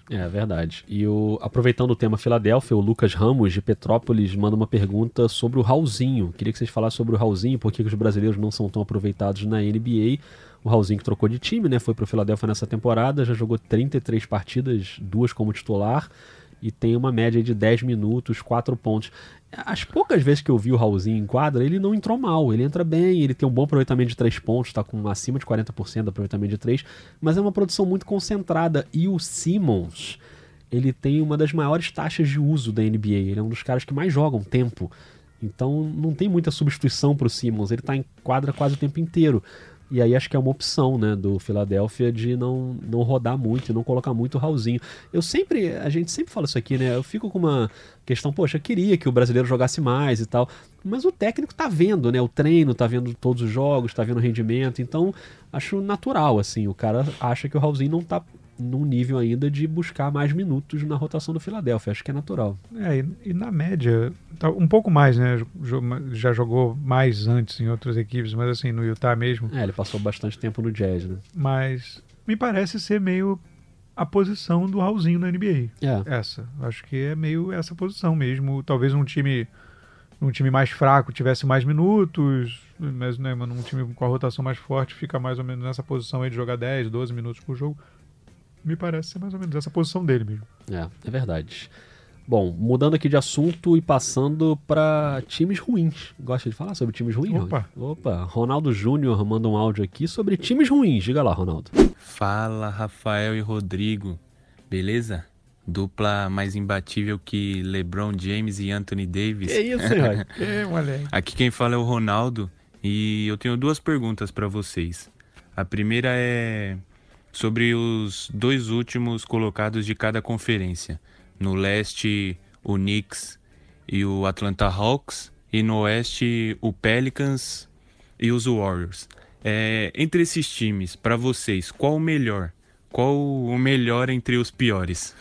É verdade. E o, aproveitando o tema Filadélfia, o Lucas Ramos, de Petrópolis, manda uma pergunta sobre o Raulzinho. Queria que vocês falassem sobre o Raulzinho, por que os brasileiros não são tão aproveitados na N B A. O Raulzinho que trocou de time, né? Foi pro Filadélfia nessa temporada, já jogou trinta e três partidas, duas como titular, e tem uma média de dez minutos, quatro pontos. As poucas vezes que eu vi o Raulzinho em quadra, ele não entrou mal, ele entra bem, ele tem um bom aproveitamento de três pontos, tá com acima de quarenta por cento de aproveitamento de três, mas é uma produção muito concentrada. E o Simmons, ele tem uma das maiores taxas de uso da N B A, ele é um dos caras que mais jogam tempo, então não tem muita substituição pro Simmons, ele tá em quadra quase o tempo inteiro. E aí acho que é uma opção, né, do Philadelphia de não, não rodar muito, não colocar muito o Raulzinho. Eu sempre, a gente sempre fala isso aqui, né, eu fico com uma questão, poxa, eu queria que o brasileiro jogasse mais e tal, mas o técnico tá vendo, né, o treino, tá vendo todos os jogos, tá vendo o rendimento, então acho natural, assim, o cara acha que o Raulzinho não tá num nível ainda de buscar mais minutos na rotação do Philadelphia, acho que é natural. É, e, e na média, tá um pouco mais, né? Já jogou mais antes em outras equipes, mas assim, no Utah mesmo. É, ele passou bastante tempo no Jazz, né? Mas me parece ser meio a posição do Raulzinho na N B A. É. Essa. Acho que é meio essa posição mesmo. Talvez um time, um time mais fraco tivesse mais minutos, mas né, num time com a rotação mais forte fica mais ou menos nessa posição aí de jogar dez, doze minutos por jogo. Me parece ser mais ou menos essa posição dele mesmo. É, é verdade. Bom, mudando aqui de assunto e passando para times ruins. Gosta de falar sobre times ruins? Opa. Ron? Opa, Ronaldo Júnior manda um áudio aqui sobre times ruins. Diga lá, Ronaldo. Fala, Rafael e Rodrigo. Beleza? Dupla mais imbatível que LeBron James e Anthony Davis. Que isso, senhor? É, moleque. Aqui quem fala é o Ronaldo e eu tenho duas perguntas para vocês. A primeira é sobre os dois últimos colocados de cada conferência. No leste, o Knicks e o Atlanta Hawks, e no oeste, o Pelicans e os Warriors. É, entre esses times, para vocês, qual o melhor? Qual o melhor entre os piores?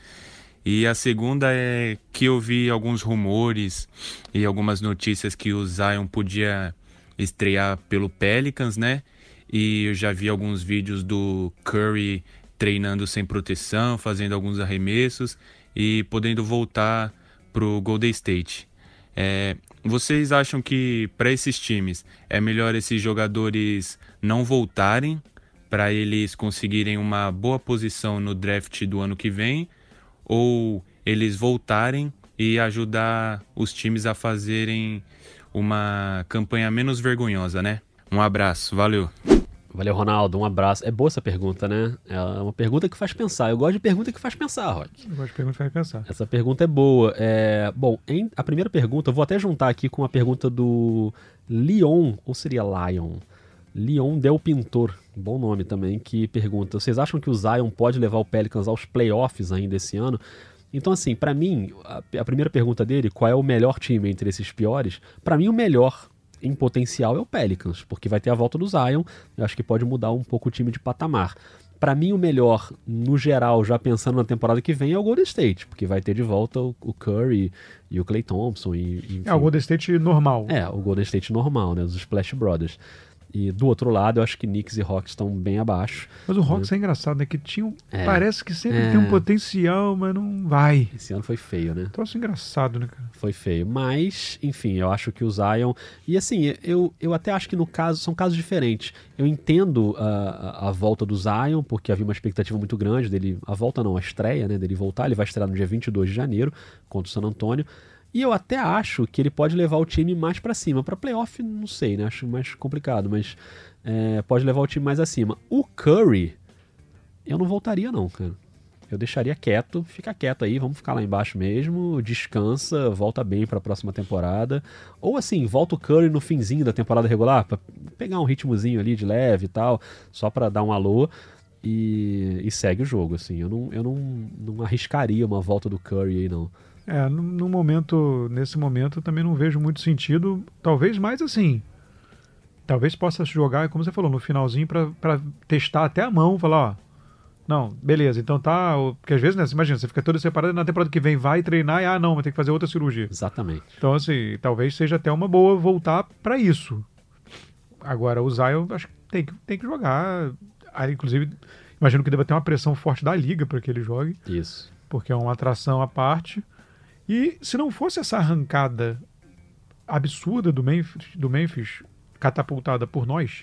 E a segunda é que eu vi alguns rumores e algumas notícias que o Zion podia estrear pelo Pelicans, né? E eu já vi alguns vídeos do Curry treinando sem proteção, fazendo alguns arremessos e podendo voltar pro Golden State. É, vocês acham que para esses times é melhor esses jogadores não voltarem para eles conseguirem uma boa posição no draft do ano que vem, ou eles voltarem e ajudar os times a fazerem uma campanha menos vergonhosa, né? Um abraço, valeu! Valeu, Ronaldo, um abraço. É boa essa pergunta, né? É uma pergunta que faz pensar. Eu gosto de pergunta que faz pensar, Rock. Eu gosto de pergunta que faz pensar. Essa pergunta é boa. É... Bom, em... a primeira pergunta, eu vou até juntar aqui com a pergunta do Leon, ou seria Lion? Leon Del Pintor, bom nome também, que pergunta: vocês acham que o Zion pode levar o Pelicans aos playoffs ainda esse ano? Então, assim, pra mim, a, a primeira pergunta dele, qual é o melhor time entre esses piores? Pra mim, o melhor em potencial é o Pelicans, porque vai ter a volta do Zion, eu acho que pode mudar um pouco o time de patamar. Pra mim, o melhor, no geral, já pensando na temporada que vem, é o Golden State, porque vai ter de volta o, o Curry e o Klay Thompson. E, enfim. É, o Golden State normal. É, o Golden State normal, né, os Splash Brothers. E do outro lado, eu acho que Knicks e Hawks estão bem abaixo. Mas o Hawks é engraçado, né? Que tinha um, É. parece que sempre É. tem um potencial, mas não vai. Esse ano foi feio, né? Troço engraçado, né, cara? Foi feio. Mas, enfim, eu acho que o Zion... E assim, eu, eu até acho que no caso, são casos diferentes. Eu entendo a, a, a volta do Zion, porque havia uma expectativa muito grande dele... A volta não, a estreia, né? Dele voltar. Ele vai estrear no dia vinte e dois de janeiro contra o San Antonio. E eu até acho que ele pode levar o time mais pra cima. Pra playoff, não sei, né? Acho mais complicado, mas é, pode levar o time mais acima. O Curry, eu não voltaria não, cara. Eu deixaria quieto, fica quieto aí, vamos ficar lá embaixo mesmo, descansa, volta bem pra próxima temporada. Ou assim, volta o Curry no finzinho da temporada regular, pra pegar um ritmozinho ali de leve e tal, só pra dar um alô. E, e segue o jogo, assim. Eu não, eu não, não arriscaria uma volta do Curry aí, não. É, no, no momento, nesse momento, eu também não vejo muito sentido. Talvez mais assim. Talvez possa jogar, como você falou, no finalzinho pra, pra testar até a mão, falar, ó, não, beleza, então tá. Porque às vezes, né, você imagina, você fica todo separado, na temporada que vem vai treinar e, ah, não, vai ter que fazer outra cirurgia. Exatamente. Então, assim, talvez seja até uma boa voltar pra isso. Agora, o Zion, acho que tem que, tem que jogar. Ah, inclusive, Imagino que deva ter uma pressão forte da liga para que ele jogue, Isso. porque é uma atração à parte. E se não fosse essa arrancada absurda do Memphis, do Memphis catapultada por nós,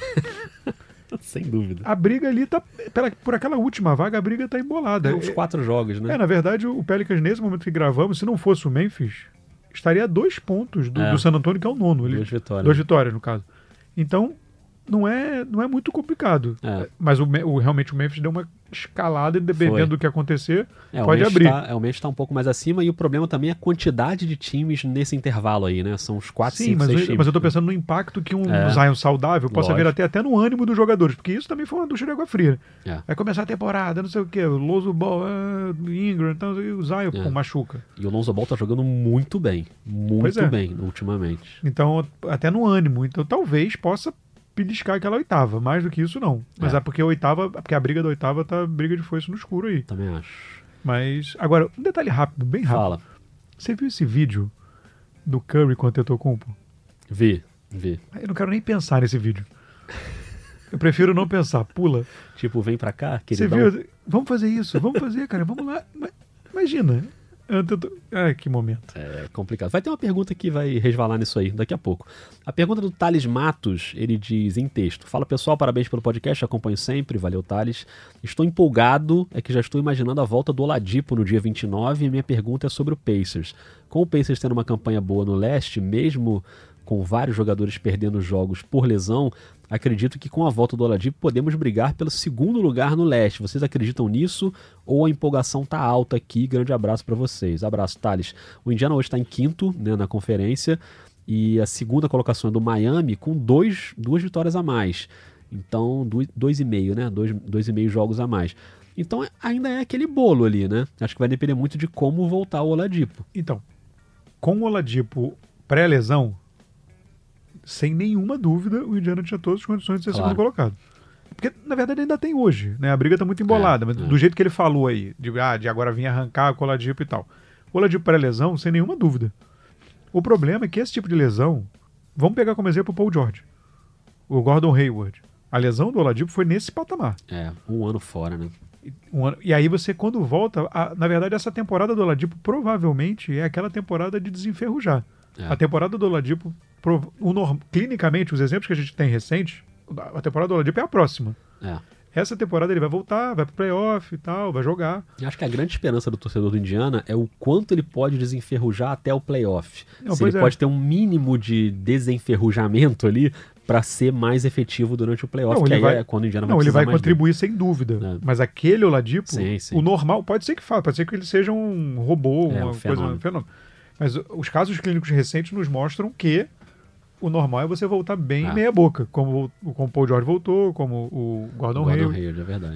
Sem dúvida. a briga ali tá. Pela, por aquela última vaga, a briga tá embolada. Tem uns quatro jogos, né? É, na verdade, o Pelicans, nesse momento que gravamos, se não fosse o Memphis, estaria a dois pontos do, É. do San Antonio, que é o nono. Ele, Duas vitórias. duas vitórias, no caso. Então, não é, não é muito complicado. É. Mas o, Me- o- realmente o Memphis deu uma escalada, e dependendo Foi. do que acontecer, É, o pode Memphis abrir. Tá, é, o Memphis está um pouco mais acima e o problema também é a quantidade de times nesse intervalo aí, né? São uns quatro, Sim, cinco, mas, seis eu, times. mas eu tô pensando no impacto que um É. Zion saudável possa Lógico. haver até, até no ânimo dos jogadores, porque isso também foi uma ducha de água fria. É. Vai começar a temporada, não sei o quê, o Lonzo Ball, ah, Ingram, então, e o Zion É. pô, machuca. E o Lonzo Ball tá jogando muito bem. Pois Muito é. bem, ultimamente. Então, até no ânimo. Então, talvez possa beliscar aquela oitava. Mais do que isso, não. Mas É. é, porque a oitava, porque a briga da oitava tá briga de foice no escuro aí. Também acho. Mas, agora, um detalhe rápido, bem rápido. Fala. Você viu esse vídeo do Curry com o Antetokounmpo? Vi, vi. Eu não quero nem pensar nesse vídeo. Eu prefiro não pensar. Pula. Tipo, vem pra cá, Você queridão. viu? Vamos fazer isso. Vamos fazer, cara. Vamos lá. Ma- Imagina. Anteto... Ai, que momento. É complicado. Vai ter uma pergunta que vai resvalar nisso aí daqui a pouco. A pergunta do Thales Matos, ele diz em texto: fala pessoal, parabéns pelo podcast, acompanho sempre, valeu Thales. Estou empolgado, é que já estou imaginando a volta do Oladipo no dia vinte e nove e minha pergunta é sobre o Pacers. Com o Pacers tendo uma campanha boa no leste, mesmo com vários jogadores perdendo jogos por lesão, acredito que com a volta do Oladipo podemos brigar pelo segundo lugar no leste. Vocês acreditam nisso ou a empolgação tá alta aqui? Grande abraço para vocês. Abraço, Thales. O Indiana hoje está em quinto, né, na conferência e a segunda colocação é do Miami com dois, duas vitórias a mais. Então, dois, dois e meio, né? Dois, dois e meio jogos a mais. Então, ainda é aquele bolo ali, né? Acho que vai depender muito de como voltar o Oladipo. Então, com o Oladipo pré-lesão, sem nenhuma dúvida, o Indiana tinha todas as condições de ser Claro. segundo colocado. Porque, na verdade, ainda tem hoje, né? A briga tá muito embolada, É, mas é. do jeito que ele falou aí, de, ah, de agora vir arrancar com o Oladipo e tal. O Oladipo pré-lesão, sem nenhuma dúvida. O problema é que esse tipo de lesão, vamos pegar como exemplo o Paul George, o Gordon Hayward. A lesão do Oladipo foi nesse patamar. É, um ano fora, né? Um ano- e aí você, quando volta, a- na verdade, essa temporada do Oladipo provavelmente é aquela temporada de desenferrujar. É. A temporada do Oladipo, prov- o norm- clinicamente, os exemplos que a gente tem recentes, a temporada do Oladipo é a próxima. É. Essa temporada ele vai voltar, vai pro playoff e tal, vai jogar. Eu acho que a grande esperança do torcedor do Indiana é o quanto ele pode desenferrujar até o playoff. Não, Se pois ele é. pode ter um mínimo de desenferrujamento ali para ser mais efetivo durante o playoff, Não, que ele aí vai- é quando o Indiana vai Não, ele precisar vai mais contribuir sem dúvida. É. Mas aquele Oladipo, Sim, sim. o normal, pode ser que faça, pode ser que ele seja um robô, É, uma um coisa, fenômeno. um fenômeno. Mas o- os casos clínicos recentes nos mostram que o normal é você voltar bem Ah. meia boca, como o, como o Paul George voltou, como o Gordon, Gordon Hayward. Hayward, é verdade.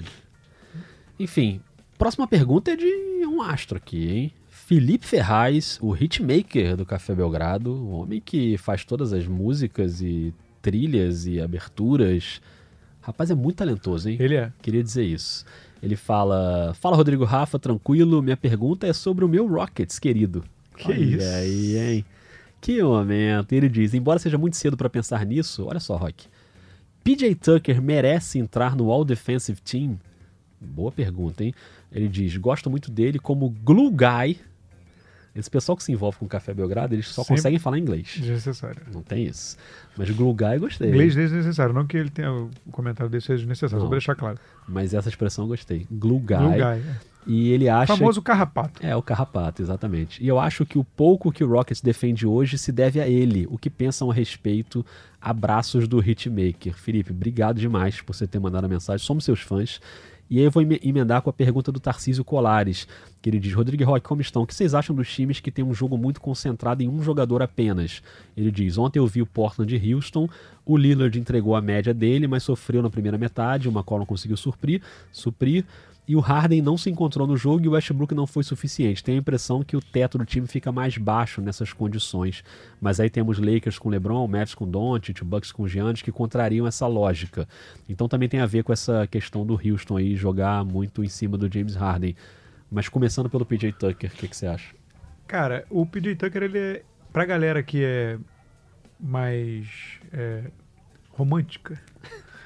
Enfim, próxima pergunta é de um astro aqui, hein? Felipe Ferraz, o hitmaker do Café Belgrado, o homem que faz todas as músicas e trilhas e aberturas. Rapaz, é muito talentoso, hein? Ele é. Queria dizer isso. Ele fala: Fala, Rodrigo Rafa, tranquilo. Minha pergunta é sobre o meu Rockets, querido. Que Olha isso? aí, hein? Que momento. Ele diz: Embora seja muito cedo para pensar nisso, olha só, Rock. P J Tucker merece entrar no All Defensive Team? Boa pergunta, hein? Ele diz: Gosto muito dele como glue guy. Esse pessoal que se envolve com o Café Belgrado, eles só Sempre. conseguem falar inglês. Desnecessário. Não tem isso. Mas glue guy eu gostei. Inglês desnecessário, não que ele tenha o comentário dele seja desnecessário, Não. só pra deixar claro. Mas essa expressão eu gostei. Glue guy. Blue guy. E ele acha. Famoso carrapato. É, o carrapato, exatamente. E eu acho que o pouco que o Rockets defende hoje se deve a ele. O que pensam a respeito? Abraços do Hitmaker. Felipe, obrigado demais por você ter mandado a mensagem. Somos seus fãs. E aí eu vou eme- emendar com a pergunta do Tarcísio Colares, que ele diz: Rodrigo e Rock, como estão? O que vocês acham dos times que tem um jogo muito concentrado em um jogador apenas? Ele diz: Ontem eu vi o Portland de Houston, o Lillard entregou a média dele, mas sofreu na primeira metade, o McCollum conseguiu suprir, suprir e o Harden não se encontrou no jogo e o Westbrook não foi suficiente. Tenho a impressão que o teto do time fica mais baixo nessas condições. Mas aí temos Lakers com LeBron, Mavs com Doncic, Bucks com Giannis, que contrariam essa lógica. Então também tem a ver com essa questão do Houston aí jogar muito em cima do James Harden. Mas começando pelo P J Tucker, o que, que você acha? Cara, o P J Tucker, ele é, pra galera que é mais é, romântica,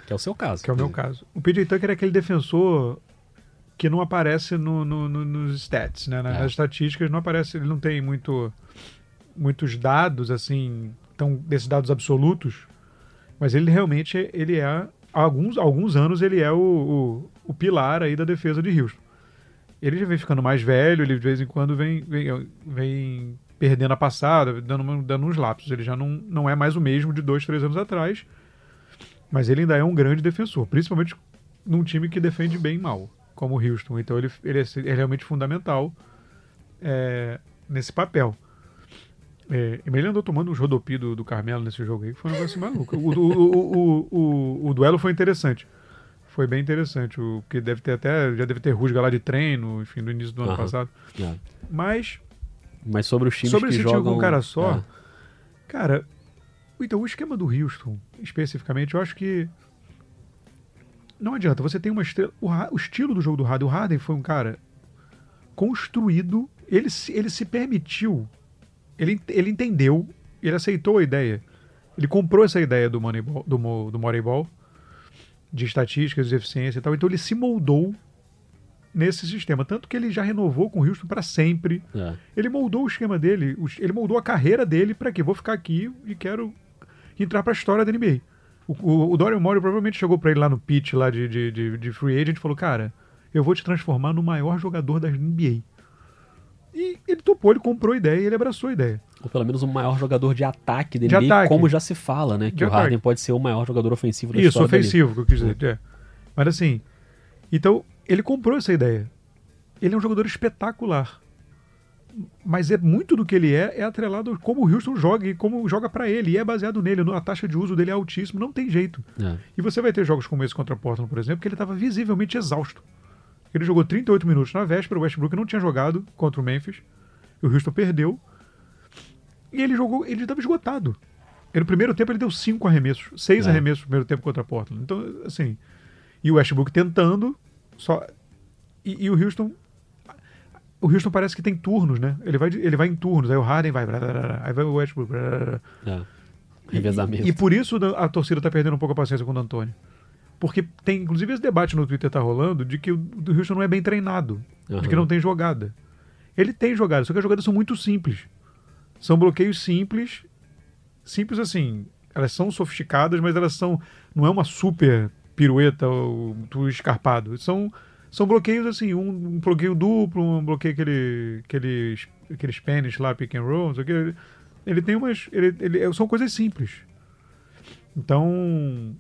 Que é o seu caso. Que é o meu caso. O P J Tucker é aquele defensor que não aparece no, no, no, nos stats, né? Nas é. estatísticas não aparece, ele não tem muito, muitos dados, assim, tão, desses dados absolutos, mas ele realmente, ele é, há alguns, alguns anos, ele é o, o, o pilar aí da defesa de Houston. Ele já vem ficando mais velho, ele de vez em quando vem, vem, vem perdendo a passada, dando, dando uns lapsos. Ele já não, não é mais o mesmo de dois, três anos atrás, mas ele ainda é um grande defensor, principalmente num time que defende bem mal, como o Houston. Então ele, ele é, é realmente fundamental é, nesse papel. É, ele andou tomando uns rodopi do, do Carmelo nesse jogo aí, que foi um negócio maluco. O, o, o, o, o, o duelo foi interessante. Foi bem interessante. O que deve ter até. Já deve ter rusga lá de treino, enfim, no início do ano Aham. passado. É. Mas. Mas sobre os times sobre que esse jogam... time com um cara só. É. Cara, então o esquema do Houston, especificamente, eu acho que. Não adianta, você tem uma estrela. O, o estilo do jogo do Harden. O Harden foi um cara construído. Ele, ele se permitiu. Ele, ele entendeu. Ele aceitou a ideia. Ele comprou essa ideia do Moneyball, do, do Moneyball, de estatísticas, de eficiência e tal. Então ele se moldou nesse sistema. Tanto que ele já renovou com o Houston para sempre. É. Ele moldou o esquema dele. Ele moldou a carreira dele para quê? Vou ficar aqui e quero entrar para a história da N B A. O, o, o Daryl Morey provavelmente chegou para ele lá no pitch lá de, de, de, de free agent e falou, cara, eu vou te transformar no maior jogador da N B A. E ele topou, ele comprou a ideia e ele abraçou a ideia. Ou pelo menos o maior jogador de ataque da De N B A, ataque. como já se fala, né? Que De o Harden ataque. pode ser o maior jogador ofensivo da Isso, história da liga. ofensivo, que eu quis dizer. É. Mas assim, então, ele comprou essa ideia. Ele é um jogador espetacular. Mas é muito do que ele é, é atrelado como o Houston joga e como joga pra ele. E é baseado nele. A taxa de uso dele é altíssima, não tem jeito. É. E você vai ter jogos como esse contra Portland, por exemplo, que ele estava visivelmente exausto. Ele jogou trinta e oito minutos na véspera, o Westbrook não tinha jogado contra o Memphis. O Houston perdeu. E ele jogou, ele estava esgotado. E no primeiro tempo ele deu cinco arremessos, seis É. arremessos no primeiro tempo contra Portland. Então, assim, e o Westbrook tentando, só e, e o Houston o Houston parece que tem turnos, né? Ele vai, ele vai em turnos, aí o Harden vai, blá, blá, blá, aí vai o Westbrook. Blá, blá, blá. É. Revezamento. E, e por isso a torcida tá perdendo um pouco a paciência com o D'Antoni. Porque tem, inclusive, esse debate no Twitter tá rolando de que o do Houston não é bem treinado, Uhum. de que não tem jogada. Ele tem jogada, só que as jogadas são muito simples. São bloqueios simples, simples assim, elas são sofisticadas, mas elas são, não é uma super pirueta ou tudo escarpado. São, são bloqueios assim, um, um bloqueio duplo, um bloqueio aquele, aquele, aquele Spanish lá, pick and roll, não sei o que. Ele, ele tem umas, ele, ele, são coisas simples. Então,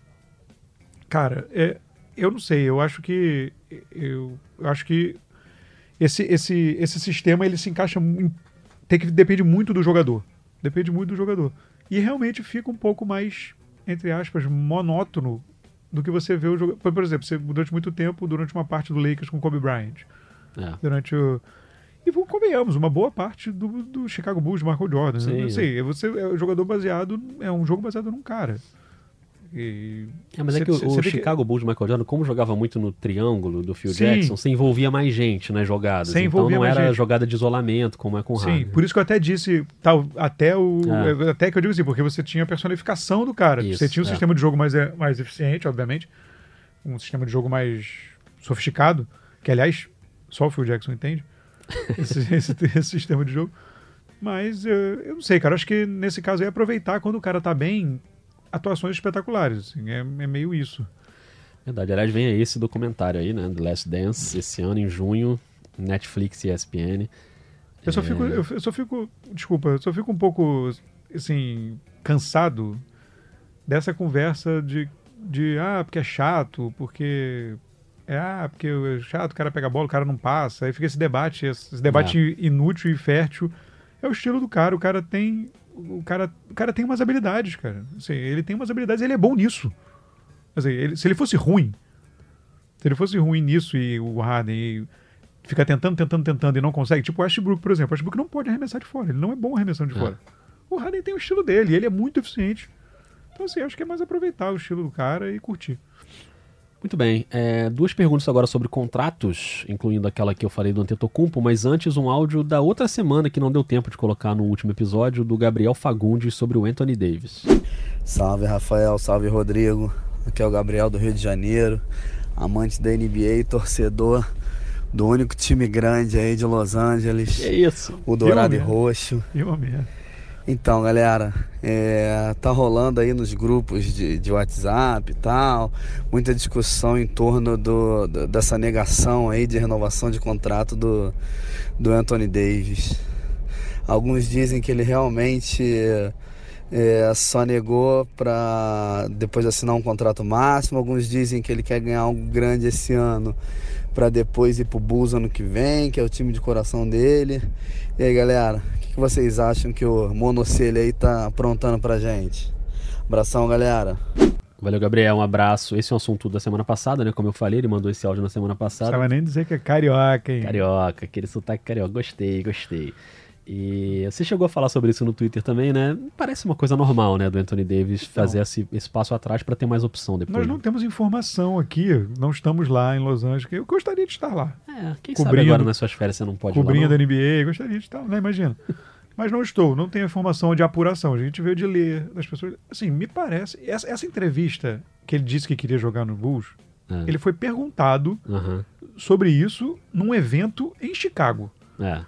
cara, é, eu não sei, eu acho que eu, eu acho que esse, esse, esse sistema ele se encaixa em, tem que depende muito do jogador, depende muito do jogador e realmente fica um pouco mais, entre aspas, monótono do que você vê o jogador. Por exemplo, você durante muito tempo, durante uma parte do Lakers com Kobe Bryant, É. durante o e convenhamos, uma boa parte do, do Chicago Bulls de Michael Jordan. Sim, não sei, você é um jogador baseado, é um jogo baseado num cara. E É, mas é cê- que o, cê- o cê vê que- Chicago Bulls de Michael Jordan, como jogava muito no triângulo do Phil Sim. Jackson, você envolvia mais gente nas jogadas. Você Então envolvia não mais era gente. jogada de isolamento, como é com o Sim, Harden. por isso que eu até disse, tal, até o. É. Até que eu digo assim, porque você tinha a personificação do cara. Isso, você tinha um é. sistema de jogo mais, é, mais eficiente, obviamente. Um sistema de jogo mais sofisticado, que aliás, só o Phil Jackson entende. Esse, esse, esse sistema de jogo. Mas eh, eu não sei, cara. Acho que nesse caso é aproveitar quando o cara tá bem, atuações espetaculares. Assim, é, é meio isso. Verdade. Aliás, vem aí esse documentário aí, né? The Last Dance, esse ano, em junho, Netflix e E S P N. Eu só fico, eu, eu só fico, desculpa, eu só fico um pouco, assim, cansado dessa conversa de, de ah, porque é chato, porque é, ah, porque é chato, o cara pega a bola, o cara não passa, aí fica esse debate, esse debate inútil e fértil. É o estilo do cara, o cara tem, o cara, o cara tem umas habilidades, cara. Assim, ele tem umas habilidades, ele é bom nisso. Assim, ele, se ele fosse ruim, se ele fosse ruim nisso e o Harden e fica tentando, tentando, tentando e não consegue, tipo o Westbrook, por exemplo. O Westbrook não pode arremessar de fora, ele não é bom arremessando de É. fora. O Harden tem o estilo dele, ele é muito eficiente. Então, assim, acho que é mais aproveitar o estilo do cara e curtir. Muito bem. É, duas perguntas agora sobre contratos, incluindo aquela que eu falei do Antetokounmpo, mas antes um áudio da outra semana que não deu tempo de colocar no último episódio, do Gabriel Fagundes sobre o Anthony Davis. Salve Rafael, salve Rodrigo. Aqui é o Gabriel do Rio de Janeiro, amante da N B A e torcedor do único time grande aí de Los Angeles. Que isso? O Dourado e Eu Roxo. Eu mesmo. Então, galera, é, tá rolando aí nos grupos de, de WhatsApp e tal, muita discussão em torno do, do, dessa negação aí de renovação de contrato do, do Anthony Davis. Alguns dizem que ele realmente é, só negou para depois assinar um contrato máximo, alguns dizem que ele quer ganhar algo grande esse ano para depois ir pro Bulls ano que vem, que é o time de coração dele. E aí, galera, o que, que vocês acham que o Monocelha aí tá aprontando pra gente? Abração, galera. Valeu, Gabriel, um abraço. Esse é um assunto da semana passada, né? Como eu falei, ele mandou esse áudio na semana passada. Não precisava nem dizer que é carioca, hein? Carioca, aquele sotaque carioca. Gostei, gostei. E você chegou a falar sobre isso no Twitter também, né? Parece uma coisa normal, né? Do Anthony Davis fazer esse, esse passo atrás para ter mais opção depois. Nós não temos informação aqui, não estamos lá em Los Angeles. Eu gostaria de estar lá. É, quem Cobrindo- sabe agora nas suas férias você não pode ir lá, Cobrinha não? da N B A, gostaria de estar, né? Imagina. Mas não estou, não tenho informação de apuração. A gente veio de ler das pessoas. Assim, me parece. Essa, essa entrevista que ele disse que queria jogar no Bulls, É. ele foi perguntado Aham. sobre isso num evento em Chicago. É.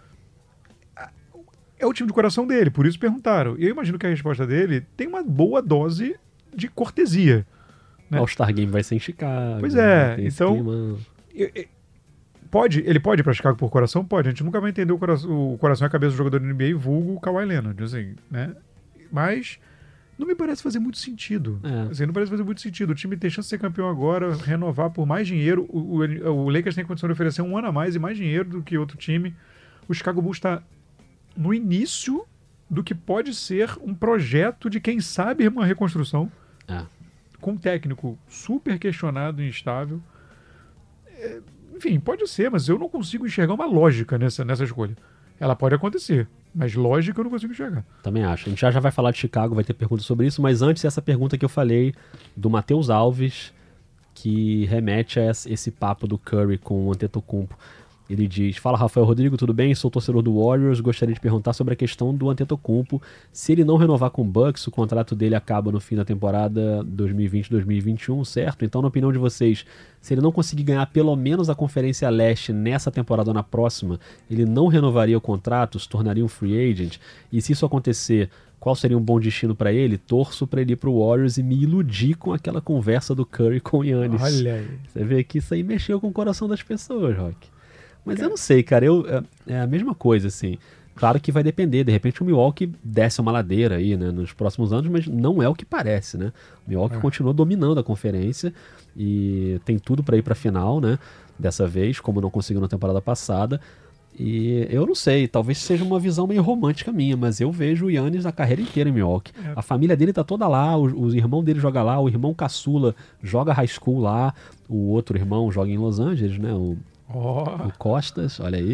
É o time de coração dele, por isso perguntaram. E eu imagino que a resposta dele tem uma boa dose de cortesia. Né? O All-Star Game vai ser em Chicago. Pois é, né? Tem esse então- clima. E- e- Pode, ele pode ir pra Chicago por coração? Pode. A gente nunca vai entender o coração, o coração e a cabeça do jogador da N B A, vulgo o Kawhi Leonard, assim, né? Mas não me parece fazer muito sentido. É. Assim, não parece fazer muito sentido. O time tem chance de ser campeão agora, renovar por mais dinheiro. O, o, o Lakers tem condição de oferecer um ano a mais e mais dinheiro do que outro time. O Chicago Bulls está no início do que pode ser um projeto de, quem sabe, uma reconstrução. É. Com um técnico super questionado e instável. É, enfim, pode ser, mas eu não consigo enxergar uma lógica nessa, nessa escolha. Ela pode acontecer, mas lógica eu não consigo enxergar. Também acho. A gente já, já vai falar de Chicago, vai ter pergunta sobre isso, mas antes essa pergunta que eu falei do Matheus Alves, que remete a esse, esse papo do Curry com o Antetokounmpo. Ele diz: fala, Rafael Rodrigo, tudo bem? Sou torcedor do Warriors, gostaria de perguntar sobre a questão do Antetokounmpo. Se ele não renovar com o Bucks, o contrato dele acaba no fim da temporada dois mil e vinte, dois mil e vinte e um, certo? Então, na opinião de vocês, se ele não conseguir ganhar pelo menos a Conferência Leste nessa temporada ou na próxima, ele não renovaria o contrato, se tornaria um free agent? E se isso acontecer, qual seria um bom destino para ele? Torço para ele ir pro Warriors e me iludir com aquela conversa do Curry com o Giannis. Olha aí. Você vê que isso aí mexeu com o coração das pessoas, Rock. Mas eu não sei, cara, eu, é, é a mesma coisa, assim. Claro que vai depender, de repente o Milwaukee desce uma ladeira aí, né, nos próximos anos, mas não é o que parece, né? O Milwaukee É. continua dominando a conferência e tem tudo para ir pra final, né, dessa vez, como não conseguiu na temporada passada. E eu não sei, talvez seja uma visão meio romântica minha, mas eu vejo o Giannis a carreira inteira em Milwaukee. É. A família dele tá toda lá, o, o irmão dele joga lá, o irmão caçula joga high school lá, o outro irmão joga em Los Angeles, né, o Ó, o Costas, olha aí,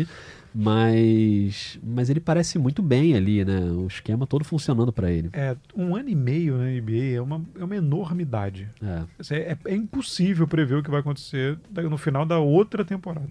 mas, mas ele parece muito bem ali, né? O esquema todo funcionando para ele. é, um ano e meio na N B A é uma, é uma enormidade. É, Assim, É, é impossível prever o que vai acontecer da- no final da outra temporada.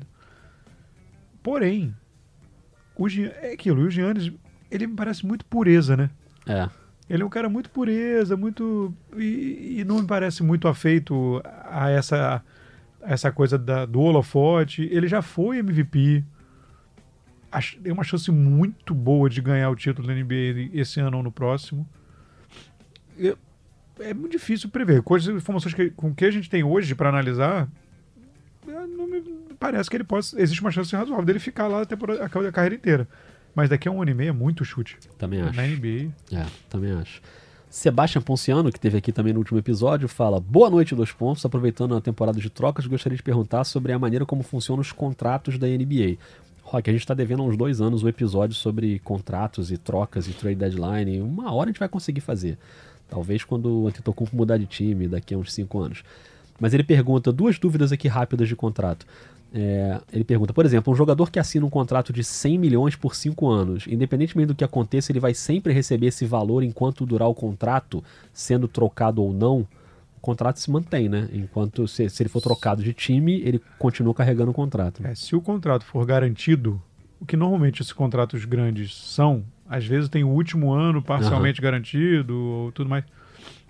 Porém, o Gian, é aquilo, o Giannis, ele me parece muito pureza, né? é, Ele é um cara muito pureza, muito. E, e não me parece muito afeito a essa, a essa coisa da, do holofote. Ele já foi M V P. Ach- Tem uma chance muito boa de ganhar o título da N B A esse ano ou no próximo. Eu- é muito difícil prever. Com as informações que, com que a gente tem hoje para analisar, eu não me parece que ele possa. Existe uma chance razoável dele ficar lá a, temporada, a carreira inteira. Mas daqui a um ano e meio é muito chute. também acho. Na N B A. É, também acho. Sebastian Ponciano, que esteve aqui também no último episódio, fala: boa noite, dois pontos. Aproveitando a temporada de trocas, gostaria de perguntar sobre a maneira como funcionam os contratos da N B A. Rock, a gente está devendo há uns dois anos um episódio sobre contratos e trocas e trade deadline. Uma hora a gente vai conseguir fazer. Talvez quando o Antetokounmpo mudar de time daqui a uns cinco anos. Mas ele pergunta duas dúvidas aqui rápidas de contrato. É, ele pergunta, por exemplo, um jogador que assina um contrato de cem milhões por cinco anos, independentemente do que aconteça, ele vai sempre receber esse valor enquanto durar o contrato, sendo trocado ou não? O contrato se mantém, né? Enquanto se, se ele for trocado de time, ele continua carregando o contrato. É, se o contrato for garantido, o que normalmente esses contratos grandes são, às vezes tem o último ano parcialmente garantido ou tudo mais.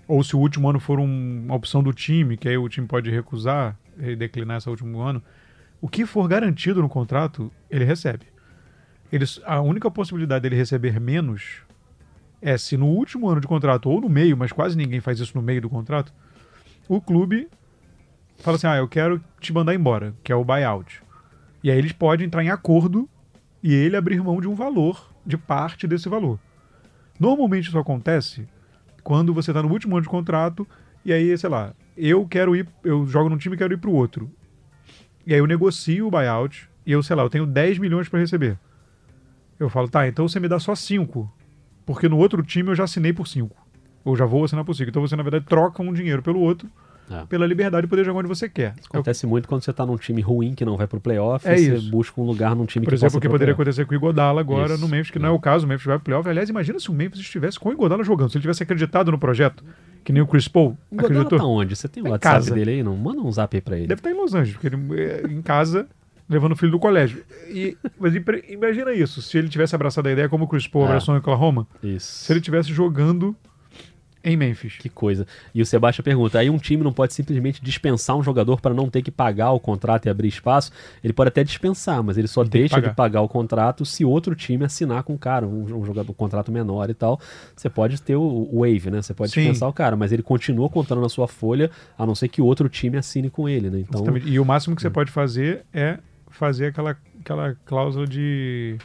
ou se o último ano for um, uma opção do time, que aí o time pode recusar e declinar esse último ano, o que for garantido no contrato, ele recebe. Ele, a única possibilidade dele receber menos é se no último ano de contrato, ou no meio, mas quase ninguém faz isso no meio do contrato, o clube fala assim, ah, eu quero te mandar embora, que é o buyout. E aí eles podem entrar em acordo e ele abrir mão de um valor, de parte desse valor. Normalmente isso acontece quando você está no último ano de contrato e aí, sei lá, eu quero ir, eu jogo num time e quero ir para o outro. E aí eu negocio o buyout e eu, sei lá, eu tenho dez milhões para receber. Eu falo, tá, então você me dá só cinco, porque no outro time eu já assinei por cinco. Ou já vou assinar por cinco. Então você, na verdade, troca um dinheiro pelo outro, é. pela liberdade de poder jogar onde você quer. Isso acontece eu... muito quando você tá num time ruim que não vai pro playoff, é e você isso. busca um lugar num time por que exemplo, possa o que poderia acontecer com o Iguodala agora isso. no Memphis, que é. não é o caso, o Memphis vai pro playoff. Aliás, imagina se o Memphis estivesse com o Iguodala jogando, se ele tivesse acreditado no projeto, que nem o Chris Paul o acreditou. O Iguodala tá onde? Você tem o tá WhatsApp casa. dele aí? Não? Manda um zap aí pra ele. Deve estar em Los Angeles, porque ele é em casa... levando o filho do colégio. E, mas imagina isso, se ele tivesse abraçado a ideia como o Chris Paul é. abraçou em Oklahoma, isso. se ele tivesse jogando em Memphis. Que coisa. E o Sebastião pergunta, aí um time não pode simplesmente dispensar um jogador para não ter que pagar o contrato e abrir espaço? Ele pode até dispensar, mas ele só ele deixa pagar. de pagar o contrato se outro time assinar com o cara, um, um jogador um contrato menor e tal. Você pode ter o, o waive, né? Você pode Sim. dispensar o cara, mas ele continua contando na sua folha, a não ser que outro time assine com ele, né? Então, Exatamente. E o máximo que você hum. pode fazer é fazer aquela, aquela cláusula de,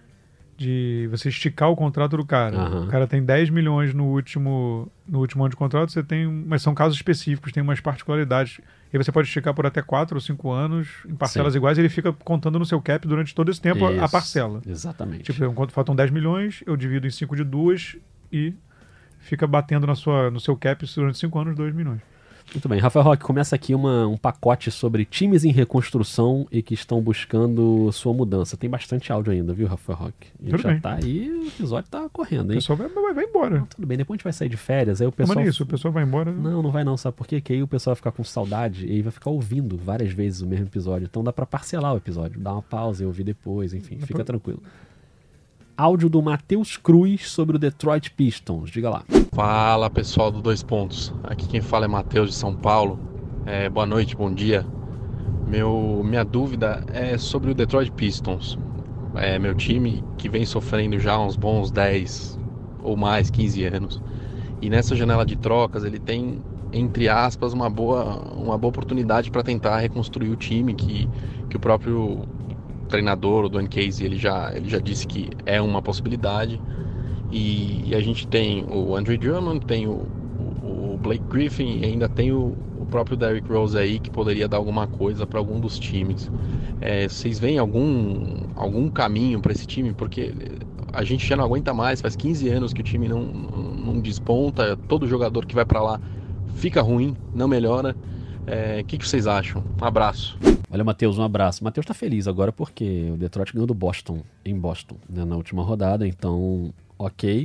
de você esticar o contrato do cara. Uhum. O cara tem dez milhões no último, no último ano de contrato, você tem, mas são casos específicos, tem umas particularidades. E você pode esticar por até quatro ou cinco anos em parcelas Sim. iguais e ele fica contando no seu cap durante todo esse tempo Isso. a parcela. Exatamente. Tipo, enquanto faltam dez milhões, eu divido em cinco de duas e fica batendo na sua, no seu cap durante cinco anos, dois milhões. Muito bem, Rafael Roque, começa aqui uma, um pacote sobre times em reconstrução e que estão buscando sua mudança. Tem bastante áudio ainda, viu, Rafael Roque? A gente tudo já bem. tá aí, o episódio tá correndo, hein? O pessoal vai, vai, vai embora. Tudo bem, depois a gente vai sair de férias, aí o pessoal... Mas não é isso, o pessoal vai embora... Não, não vai não, sabe por quê? Que aí o pessoal vai ficar com saudade e aí vai ficar ouvindo várias vezes o mesmo episódio. Então dá pra parcelar o episódio, dar uma pausa e ouvir depois, enfim, depois... fica tranquilo. Áudio do Matheus Cruz sobre o Detroit Pistons, diga lá. Fala pessoal do Dois Pontos, aqui quem fala é Matheus de São Paulo. É, boa noite, bom dia. Meu, minha dúvida é sobre o Detroit Pistons. É meu time que vem sofrendo já uns bons dez ou mais, quinze anos. E nessa janela de trocas ele tem, entre aspas, uma boa, uma boa oportunidade para tentar reconstruir o time que, que o próprio treinador, o Dwayne Casey, ele já, ele já disse que é uma possibilidade. E, e a gente tem o Andre Drummond, tem o, o, o Blake Griffin e ainda tem o o próprio Derrick Rose aí, que poderia dar alguma coisa para algum dos times. É, vocês veem algum, algum caminho para esse time? Porque a gente já não aguenta mais, faz quinze anos que o time não, não desponta, todo jogador que vai para lá fica ruim, não melhora. O é, que, que vocês acham? Um abraço. Olha, Matheus, um abraço. Matheus tá feliz agora porque o Detroit ganhou do Boston, em Boston, né, na última rodada, então... ok,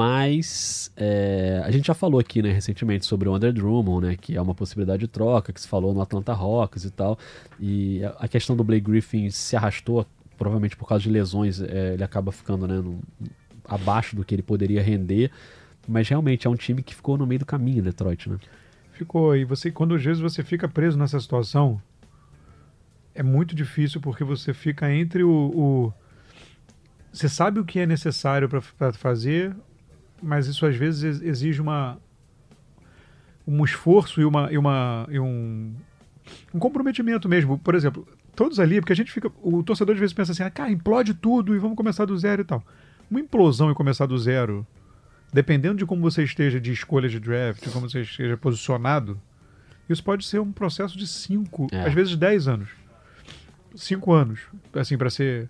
mas é, a gente já falou aqui, né, recentemente sobre o Andre Drummond, né, que é uma possibilidade de troca, que se falou no Atlanta Hawks e tal, e a questão do Blake Griffin se arrastou, provavelmente por causa de lesões, é, ele acaba ficando, né, no, abaixo do que ele poderia render, mas realmente é um time que ficou no meio do caminho, Detroit, né? Ficou, e você, quando às vezes você fica preso nessa situação, é muito difícil porque você fica entre o... o você sabe o que é necessário para fazer, mas isso às vezes exige uma, um esforço e, uma, e, uma, e um, um comprometimento mesmo. Por exemplo, todos ali, porque a gente fica... O torcedor às vezes pensa assim, ah, cara, implode tudo e vamos começar do zero e tal. Uma implosão e começar do zero, dependendo de como você esteja de escolha de draft, de como você esteja posicionado, isso pode ser um processo de cinco, é. às vezes dez anos. Cinco anos, assim, para ser...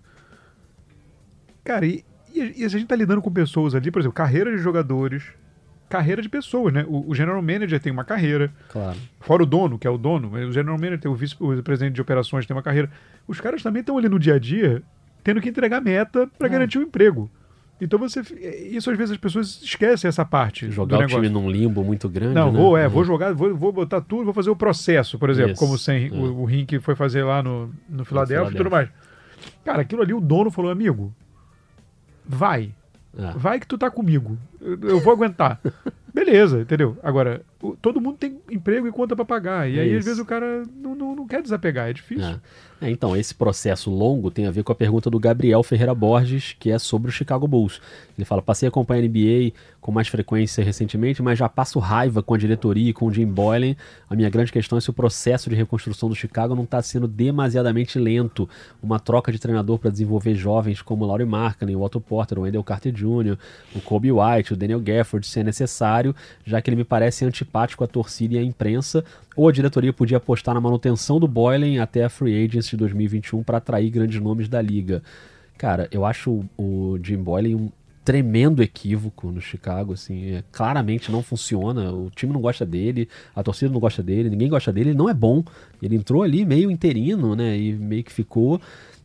Cara, e, e a gente tá lidando com pessoas ali, por exemplo, carreira de jogadores, carreira de pessoas, né? O, o general manager tem uma carreira. Claro. Fora o dono, que é o dono, o general manager tem o vice-presidente de operações, tem uma carreira. Os caras também estão ali no dia a dia tendo que entregar meta para é. garantir o emprego. Então você... Isso às vezes as pessoas esquecem essa parte. Jogar o time num limbo muito grande, Não, né? vou, é, uhum. vou jogar, vou, vou botar tudo, vou fazer o processo, por exemplo, Isso. como sem, é. o, o Rink foi fazer lá no, no Philadelphia e tudo mais. Cara, aquilo ali o dono falou, amigo... Vai. Ah. Vai que tu tá comigo. Eu, eu vou aguentar. beleza, entendeu? Agora, o, todo mundo tem emprego e conta pra pagar. E É aí, isso. às vezes, o cara não, não, não quer desapegar, é difícil. É. É, então, esse processo longo tem a ver com a pergunta do Gabriel Ferreira Borges, que é sobre o Chicago Bulls. Ele fala, passei a acompanhar a N B A com mais frequência recentemente, mas já passo raiva com a diretoria e com o Jim Boylan. A minha grande questão é se o processo de reconstrução do Chicago não está sendo demasiadamente lento. Uma troca de treinador para desenvolver jovens como o Lauri Markkanen, o Otto Porter, o Wendell Carter Júnior, o Kobe White, o Daniel Gafford, se é necessário, já que ele me parece antipático à torcida e à imprensa, ou a diretoria podia apostar na manutenção do Boylan até a Free Agency de dois mil e vinte e um para atrair grandes nomes da liga. Cara, eu acho o, o Jim Boylan um tremendo equívoco no Chicago, assim, é, claramente não funciona, o time não gosta dele, a torcida não gosta dele, ninguém gosta dele, ele não é bom, ele entrou ali meio interino, né, e meio que ficou,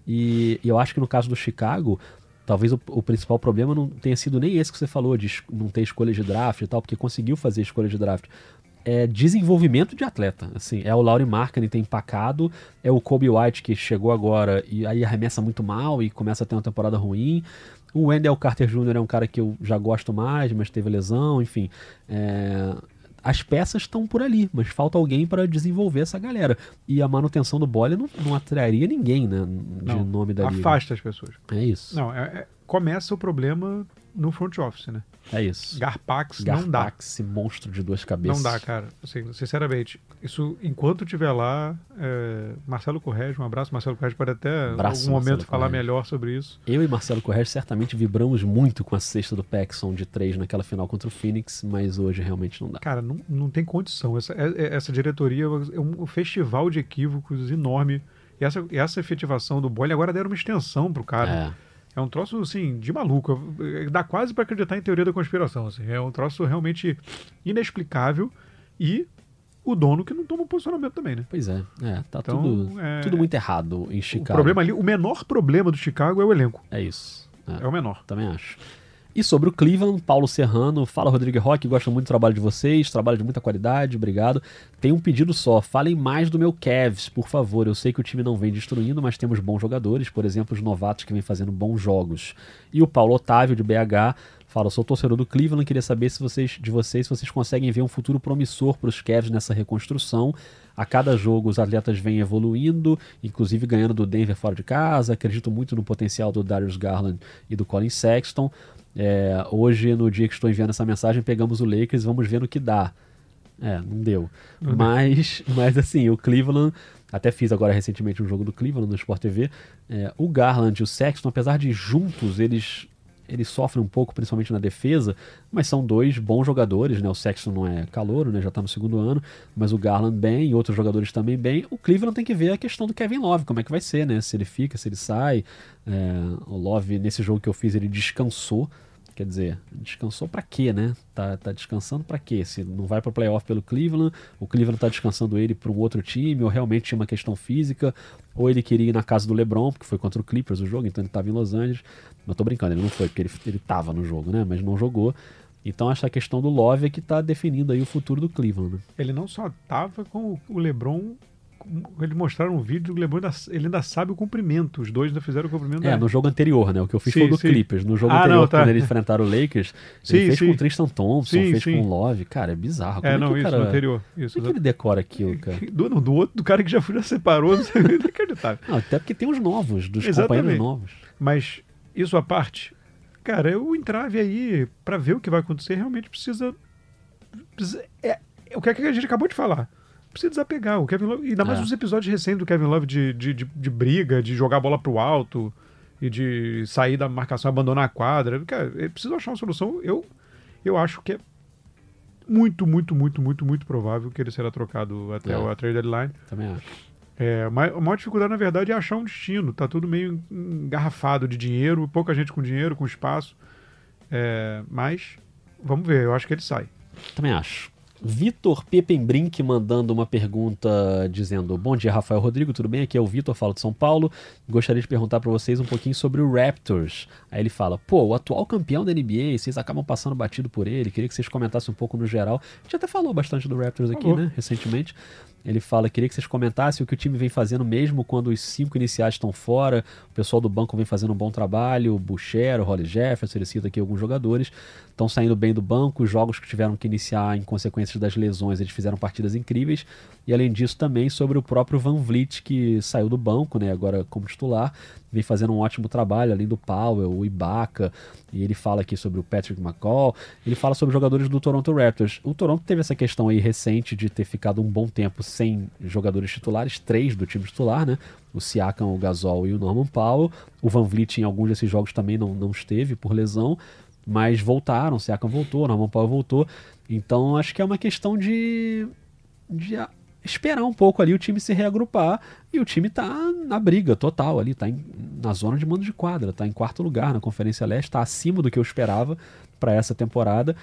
e, e eu acho que no caso do Chicago, talvez o, o principal problema não tenha sido nem esse que você falou, de es- não ter escolha de draft e tal, porque conseguiu fazer escolha de draft, é desenvolvimento de atleta, assim, é o Lauri Markkanen tem empacado, é o Kobe White que chegou agora e aí arremessa muito mal e começa a ter uma temporada ruim, o Wendell Carter Júnior é um cara que eu já gosto mais, mas teve lesão, enfim, é, as peças estão por ali, mas falta alguém para desenvolver essa galera, e a manutenção do Boylan não, não atrairia ninguém, né, de Não, nome da liga. afasta as pessoas. É isso, Não, é- é- começa o problema no front office, né? é isso. Garpax não dá. Garpax, esse monstro de duas cabeças. Não dá, cara. Assim, sinceramente, isso, enquanto tiver lá, é, Marcelo Corrêa, um abraço, Marcelo Corrêa pode até em Abraço, algum momento Marcelo falar Corrêa. melhor sobre isso. Eu e Marcelo Corrêa certamente vibramos muito com a cesta do Paxson de três naquela final contra o Phoenix, mas hoje realmente não dá. Cara, não, não tem condição. Essa, é- é- essa diretoria é um festival de equívocos enorme. E essa, essa efetivação do Boyle agora deram uma extensão pro cara. É, É um troço, assim, de maluco. Dá quase pra acreditar em teoria da conspiração. Assim. É um troço realmente inexplicável. E o dono que não toma posicionamento também, né? pois é, é tá Então, tudo, é- tudo muito errado em O Chicago. problema ali, o menor problema do Chicago é o elenco. É isso. É. É o menor. Também acho. E sobre o Cleveland, Paulo Serrano, fala Rodrigo Roque, gosto muito do trabalho de vocês, trabalho de muita qualidade, obrigado. Tem um pedido só, falem mais do meu Cavs, por favor. Eu sei que o time não vem destruindo, mas temos bons jogadores, por exemplo, os novatos que vêm fazendo bons jogos. E o Paulo Otávio, de B H, fala, sou torcedor do Cleveland, queria saber se vocês, de vocês se vocês conseguem ver um futuro promissor para os Cavs nessa reconstrução. A cada jogo os atletas vêm evoluindo, inclusive ganhando do Denver fora de casa. Acredito muito no potencial do Darius Garland e do Colin Sexton. É, hoje, no dia que estou enviando essa mensagem, pegamos o Lakers e vamos ver no que dá. É, não deu. Não mas, mas assim, o Cleveland, até fiz agora recentemente um jogo do Cleveland no Sport T V, é, o Garland e o Sexton, apesar de juntos eles, eles sofrem um pouco, principalmente na defesa, mas são dois bons jogadores, né? O Sexton não é calouro, né? Já está no segundo ano, mas o Garland bem e outros jogadores também bem. O Cleveland tem que ver a questão do Kevin Love, como é que vai ser, né? Se ele fica, se ele sai. É, o Love, nesse jogo que eu fiz, ele descansou. Quer dizer, descansou pra quê, né? Tá, tá descansando pra quê? Se não vai pro playoff pelo Cleveland, o Cleveland tá descansando ele pra um outro time, ou realmente tinha uma questão física, ou ele queria ir na casa do LeBron, porque foi contra o Clippers o jogo, então ele tava em Los Angeles. Mas tô brincando, ele não foi, porque ele, ele tava no jogo, né? Mas não jogou. Então essa questão do Love é que tá definindo aí o futuro do Cleveland, né? Ele não só tava com o LeBron, eles mostraram um vídeo, o LeBron ainda, ele ainda sabe o cumprimento. Os dois ainda fizeram o cumprimento. É, da- no jogo anterior, né? O que eu fiz Sim, foi do sim. Clippers. No jogo Ah, anterior, não, tá. quando eles enfrentaram o Lakers, Sim, ele fez sim. com o Tristan Thompson, Sim, fez sim. com o Love. Cara, é bizarro. Como É, é, não, que o isso, cara... no anterior. Isso, Como é que ele decora aquilo, cara? do, não, do outro, do cara que já, já separou, não sei, é inacreditável. Não, até porque tem os novos, dos Exatamente. companheiros novos. Mas, isso à parte, cara, o entrave aí, pra ver o que vai acontecer, realmente precisa. precisa é, é o que a gente acabou de falar. Precisa desapegar. O Kevin Love, ainda mais É. os episódios recentes do Kevin Love de, de, de, de briga, de jogar a bola pro alto e de sair da marcação, abandonar a quadra. Cara, ele precisa achar uma solução. Eu, eu acho que é muito, muito, muito, muito, muito provável que ele será trocado até É. o- a trade deadline. Também acho. É, mas a maior dificuldade, na verdade, é achar um destino. Tá tudo meio engarrafado de dinheiro, pouca gente com dinheiro, com espaço. É, mas, vamos ver, eu acho que ele sai. Também acho. Vitor Pepembrink mandando uma pergunta dizendo: bom dia, Rafael Rodrigo, tudo bem? Aqui é o Vitor, falo de São Paulo. Gostaria de perguntar para vocês um pouquinho sobre o Raptors. Aí ele fala: pô, o atual campeão da N B A, vocês acabam passando batido por ele. Queria que vocês comentassem um pouco no geral. A gente até falou bastante do Raptors aqui, né, recentemente. Ele fala: queria que vocês comentassem o que o time vem fazendo mesmo quando os cinco iniciais estão fora. O pessoal do banco vem fazendo um bom trabalho. O Boucher, o Hollis Jefferson, ele cita aqui alguns jogadores. Estão saindo bem do banco. Os jogos que tiveram que iniciar em consequência das lesões, eles fizeram partidas incríveis. E além disso também sobre o próprio VanVleet, que saiu do banco, né, agora como titular, vem fazendo um ótimo trabalho, além do Powell, o Ibaka, e ele fala aqui sobre o Patrick McCall, ele fala sobre jogadores do Toronto Raptors. O Toronto teve essa questão aí recente de ter ficado um bom tempo sem jogadores titulares, três do time titular, né, o Siakam, o Gasol e o Norman Powell. O VanVleet em alguns desses jogos também não, não esteve por lesão, mas voltaram, o Siakam voltou, o Norman Powell voltou. Então acho que é uma questão de, de esperar um pouco ali o time se reagrupar, e o time tá na briga total ali, tá em, na zona de mando de quadra, tá em quarto lugar na Conferência Leste, tá acima do que eu esperava para essa temporada.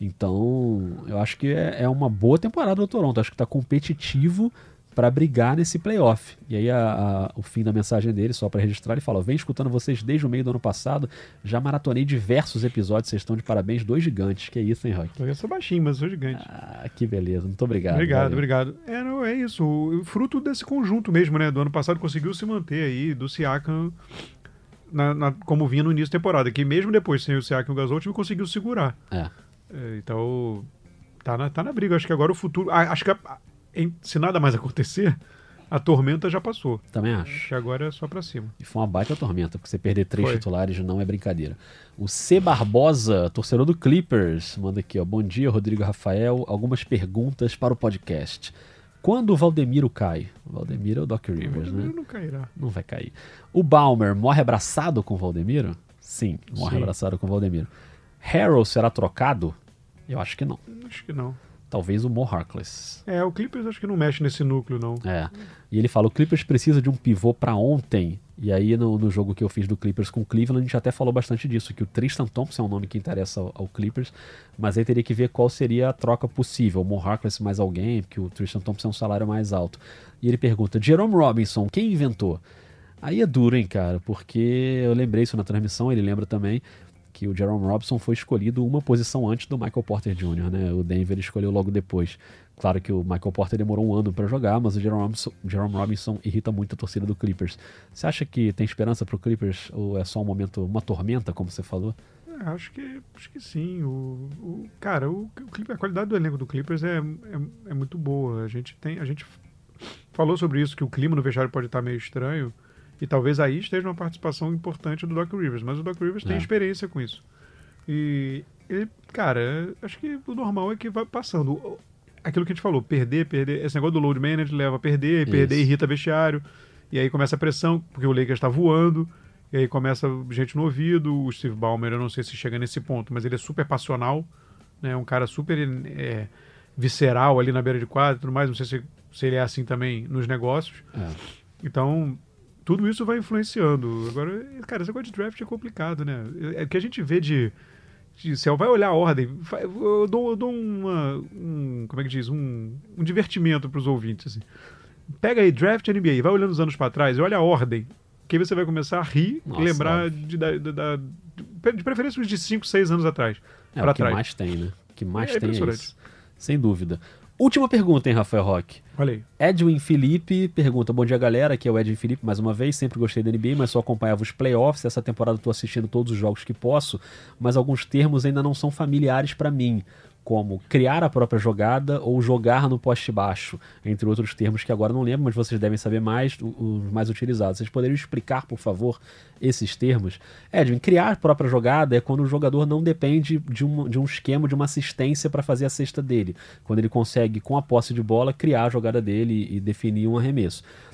Então eu acho que é, é uma boa temporada do Toronto, acho que tá competitivo para brigar nesse playoff. E aí a, a, o fim da mensagem dele, só para registrar, ele fala: venho escutando vocês desde o meio do ano passado, já maratonei diversos episódios, vocês estão de parabéns, dois gigantes. Que isso, hein, Rock? Eu sou baixinho, mas sou gigante. Ah, que beleza, muito obrigado. Obrigado, valeu. obrigado. É, não, é isso, o, fruto desse conjunto mesmo, né, do ano passado conseguiu se manter aí, do Siakam, na, na, como vinha no início da temporada, que mesmo depois sem o Siakam e o Gasol, o time conseguiu segurar. É. É, então, tá na, tá na briga, acho que agora o futuro, ah, acho que a, Em, se nada mais acontecer, a tormenta já passou. Também acho. Acho que agora é só pra cima. E foi uma baita tormenta, porque você perder três Foi. titulares não é brincadeira. O C. Barbosa, torcedor do Clippers, manda aqui, ó: bom dia, Rodrigo e Rafael. Algumas perguntas para o podcast. Quando o Valdemiro cai? O Valdemiro é o Doc Rivers, o né? Não cairá. Não vai cair. O Ballmer morre abraçado com o Valdemiro? Sim, morre Sim. abraçado com o Valdemiro. Harrell será trocado? Eu acho que não. Acho que não. Talvez o Mo Harkless. É, o Clippers acho que não mexe nesse núcleo, não. É. E ele fala: o Clippers precisa de um pivô pra ontem. E aí no, no jogo que eu fiz do Clippers com o Cleveland, a gente até falou bastante disso, que o Tristan Thompson é um nome que interessa ao, ao Clippers, mas aí teria que ver qual seria a troca possível. O Mo Harkless mais alguém, porque o Tristan Thompson é um salário mais alto. E ele pergunta: Jerome Robinson, quem inventou? Aí é duro, hein, cara, porque eu lembrei isso na transmissão, ele lembra também, que o Jerome Robinson foi escolhido uma posição antes do Michael Porter Júnior, né? O Denver escolheu logo depois. Claro que o Michael Porter demorou um ano para jogar, mas o Jerome Robinson, Jerome Robinson irrita muito a torcida do Clippers. Você acha que tem esperança pro Clippers, ou é só um momento, uma tormenta, como você falou? É, acho que acho que sim. O, o cara, o, o Clippers, a qualidade do elenco do Clippers é, é, é muito boa. A gente tem, a gente falou sobre isso, que o clima no vestiário pode estar meio estranho. E talvez aí esteja uma participação importante do Doc Rivers. Mas o Doc Rivers tem É. experiência com isso. E ele, cara, acho que o normal é que vai passando. Aquilo que a gente falou, perder, perder. Esse negócio do load management leva a perder, e perder Isso. irrita vestiário. E aí começa a pressão, porque o Lakers está voando. E aí começa gente no ouvido. O Steve Ballmer, eu não sei se chega nesse ponto, mas ele é super passional. Né? Um cara super é, visceral ali na beira de quadra e tudo mais. Não sei se, se ele é assim também nos negócios. É. Então, tudo isso vai influenciando. Agora, cara, esse negócio de draft é complicado, né? É que a gente vê de... de você vai olhar a ordem. Eu dou, eu dou uma... Um, como é que diz? Um, um divertimento para os ouvintes. Assim. Pega aí, draft N B A, vai olhando os anos para trás e olha a ordem. Que aí você vai começar a rir Nossa, e lembrar de, da, da, da, de preferência uns de cinco, seis anos atrás. É pra o que trás. mais tem, né? O que mais É tem é impressionante. isso. Sem dúvida. Última pergunta, hein, Rafael Roque? Olha aí. Edwin Felipe pergunta: bom dia, galera, aqui é o Edwin Felipe mais uma vez, sempre gostei da N B A, mas só acompanhava os playoffs. Essa temporada estou assistindo todos os jogos que posso, mas alguns termos ainda não são familiares para mim, como criar a própria jogada ou jogar no poste baixo, entre outros termos que agora não lembro, mas vocês devem saber mais, os mais utilizados. Vocês poderiam explicar, por favor, esses termos? Edwin, criar a própria jogada é quando o jogador não depende de um, de um esquema, de uma assistência para fazer a cesta dele, quando ele consegue, com a posse de bola, criar a jogada dele e definir um arremesso.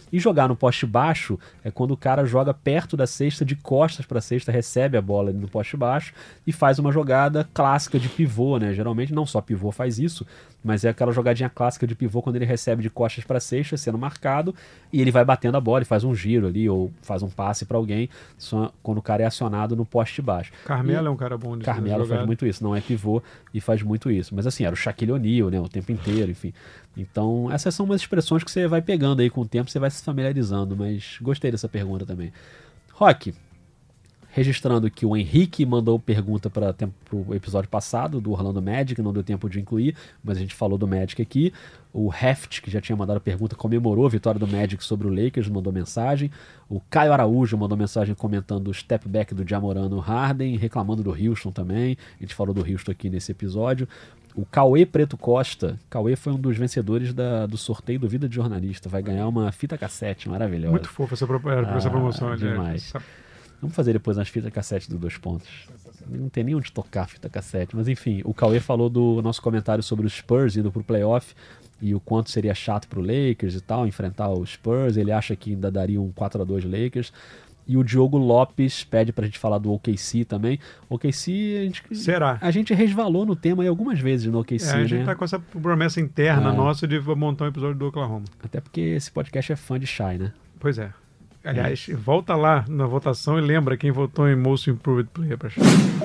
E jogar no poste baixo é quando o cara joga perto da cesta, de costas para a cesta, recebe a bola no poste baixo e faz uma jogada clássica de pivô, né? Geralmente não só pivô faz isso, mas é aquela jogadinha clássica de pivô quando ele recebe de costas para a cesta, sendo marcado, e ele vai batendo a bola e faz um giro ali, ou faz um passe para alguém, só quando o cara é acionado no poste baixo. Carmelo e é um cara bom de Carmelo faz muito isso, não é pivô e faz muito isso. Mas assim, era o Shaquille O'Neal, né? O tempo inteiro, enfim. Então, essas são umas expressões que você vai pegando aí com o tempo, você vai se familiarizando, mas gostei dessa pergunta também. Rock, registrando que o Henrique mandou pergunta para o episódio passado, do Orlando Magic, não deu tempo de incluir, mas a gente falou do Magic aqui. O Heft, que já tinha mandado a pergunta, comemorou a vitória do Magic sobre o Lakers, mandou mensagem. O Caio Araújo mandou mensagem comentando o step back do Ja Morant no Harden, reclamando do Houston também. A gente falou do Houston aqui nesse episódio. O Cauê Preto Costa, Cauê foi um dos vencedores da, do sorteio do Vida de Jornalista, vai ganhar uma fita cassete maravilhosa. Muito fofa essa, pro, ah, essa promoção. Demais. Essa... Vamos fazer depois umas fitas cassete do Dois Pontos. Não tem nem onde tocar fita cassete, mas enfim, o Cauê falou do nosso comentário sobre os Spurs indo pro playoff e o quanto seria chato pro Lakers e tal, enfrentar os Spurs. Ele acha que ainda daria um quatro a dois Lakers. E o Diogo Lopes pede pra gente falar do O K C também. O K C, a gente, Será? A gente resvalou no tema aí algumas vezes no O K C, é, a gente né? tá com essa promessa interna é. nossa de montar um episódio do Oklahoma. Até porque esse podcast é fã de Shai, né? Pois é. Aliás, é. volta lá na votação e lembra quem votou em Most Improved Player pra Shai.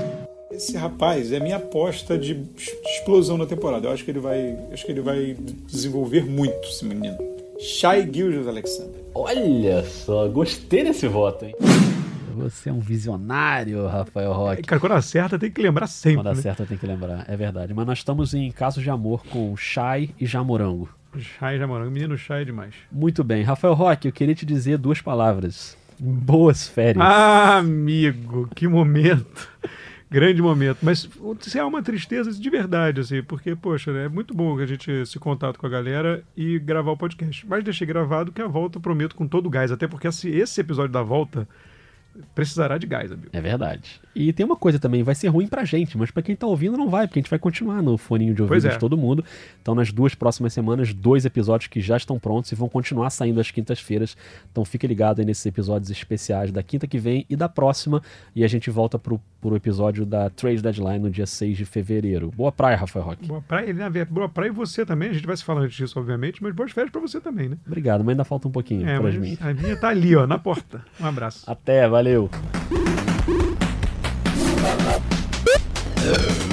Esse rapaz é minha aposta de explosão na temporada. Eu acho que ele vai, acho que ele vai desenvolver muito, esse menino. Shai Gilgeous-Alexander. Olha só, gostei desse voto, hein? Você é um visionário, Rafael Roque. Cara, quando acerta tem que lembrar sempre. Quando acerta né? tem que lembrar, é verdade. Mas nós estamos em Casos de Amor com Shai e Jamorango. Shai e Jamorango, menino Shai é demais. Muito bem. Rafael Roque, eu queria te dizer duas palavras. Boas férias. Ah, amigo, que momento. Grande momento. Mas se é uma tristeza de verdade, assim, porque, poxa, né, é muito bom que a gente se contato com a galera e gravar o podcast. Mas deixei gravado que a volta eu prometo com todo o gás, até porque esse, esse episódio da volta precisará de gás, amigo. É verdade. E tem uma coisa também, vai ser ruim pra gente, mas pra quem tá ouvindo não vai, porque a gente vai continuar no foninho de ouvido é. de todo mundo. Então nas duas próximas semanas, dois episódios que já estão prontos e vão continuar saindo às quintas-feiras. Então fique ligado aí nesses episódios especiais da quinta que vem e da próxima. E a gente volta pro, pro episódio da Trade Deadline no dia seis de fevereiro. Boa praia, Rafael Roque. Boa praia, boa praia e você também. A gente vai se falando disso, obviamente, mas boas férias pra você também, né? Obrigado, mas ainda falta um pouquinho é, pra mas mim. A minha tá ali, ó, na porta. Um abraço. Até, valeu.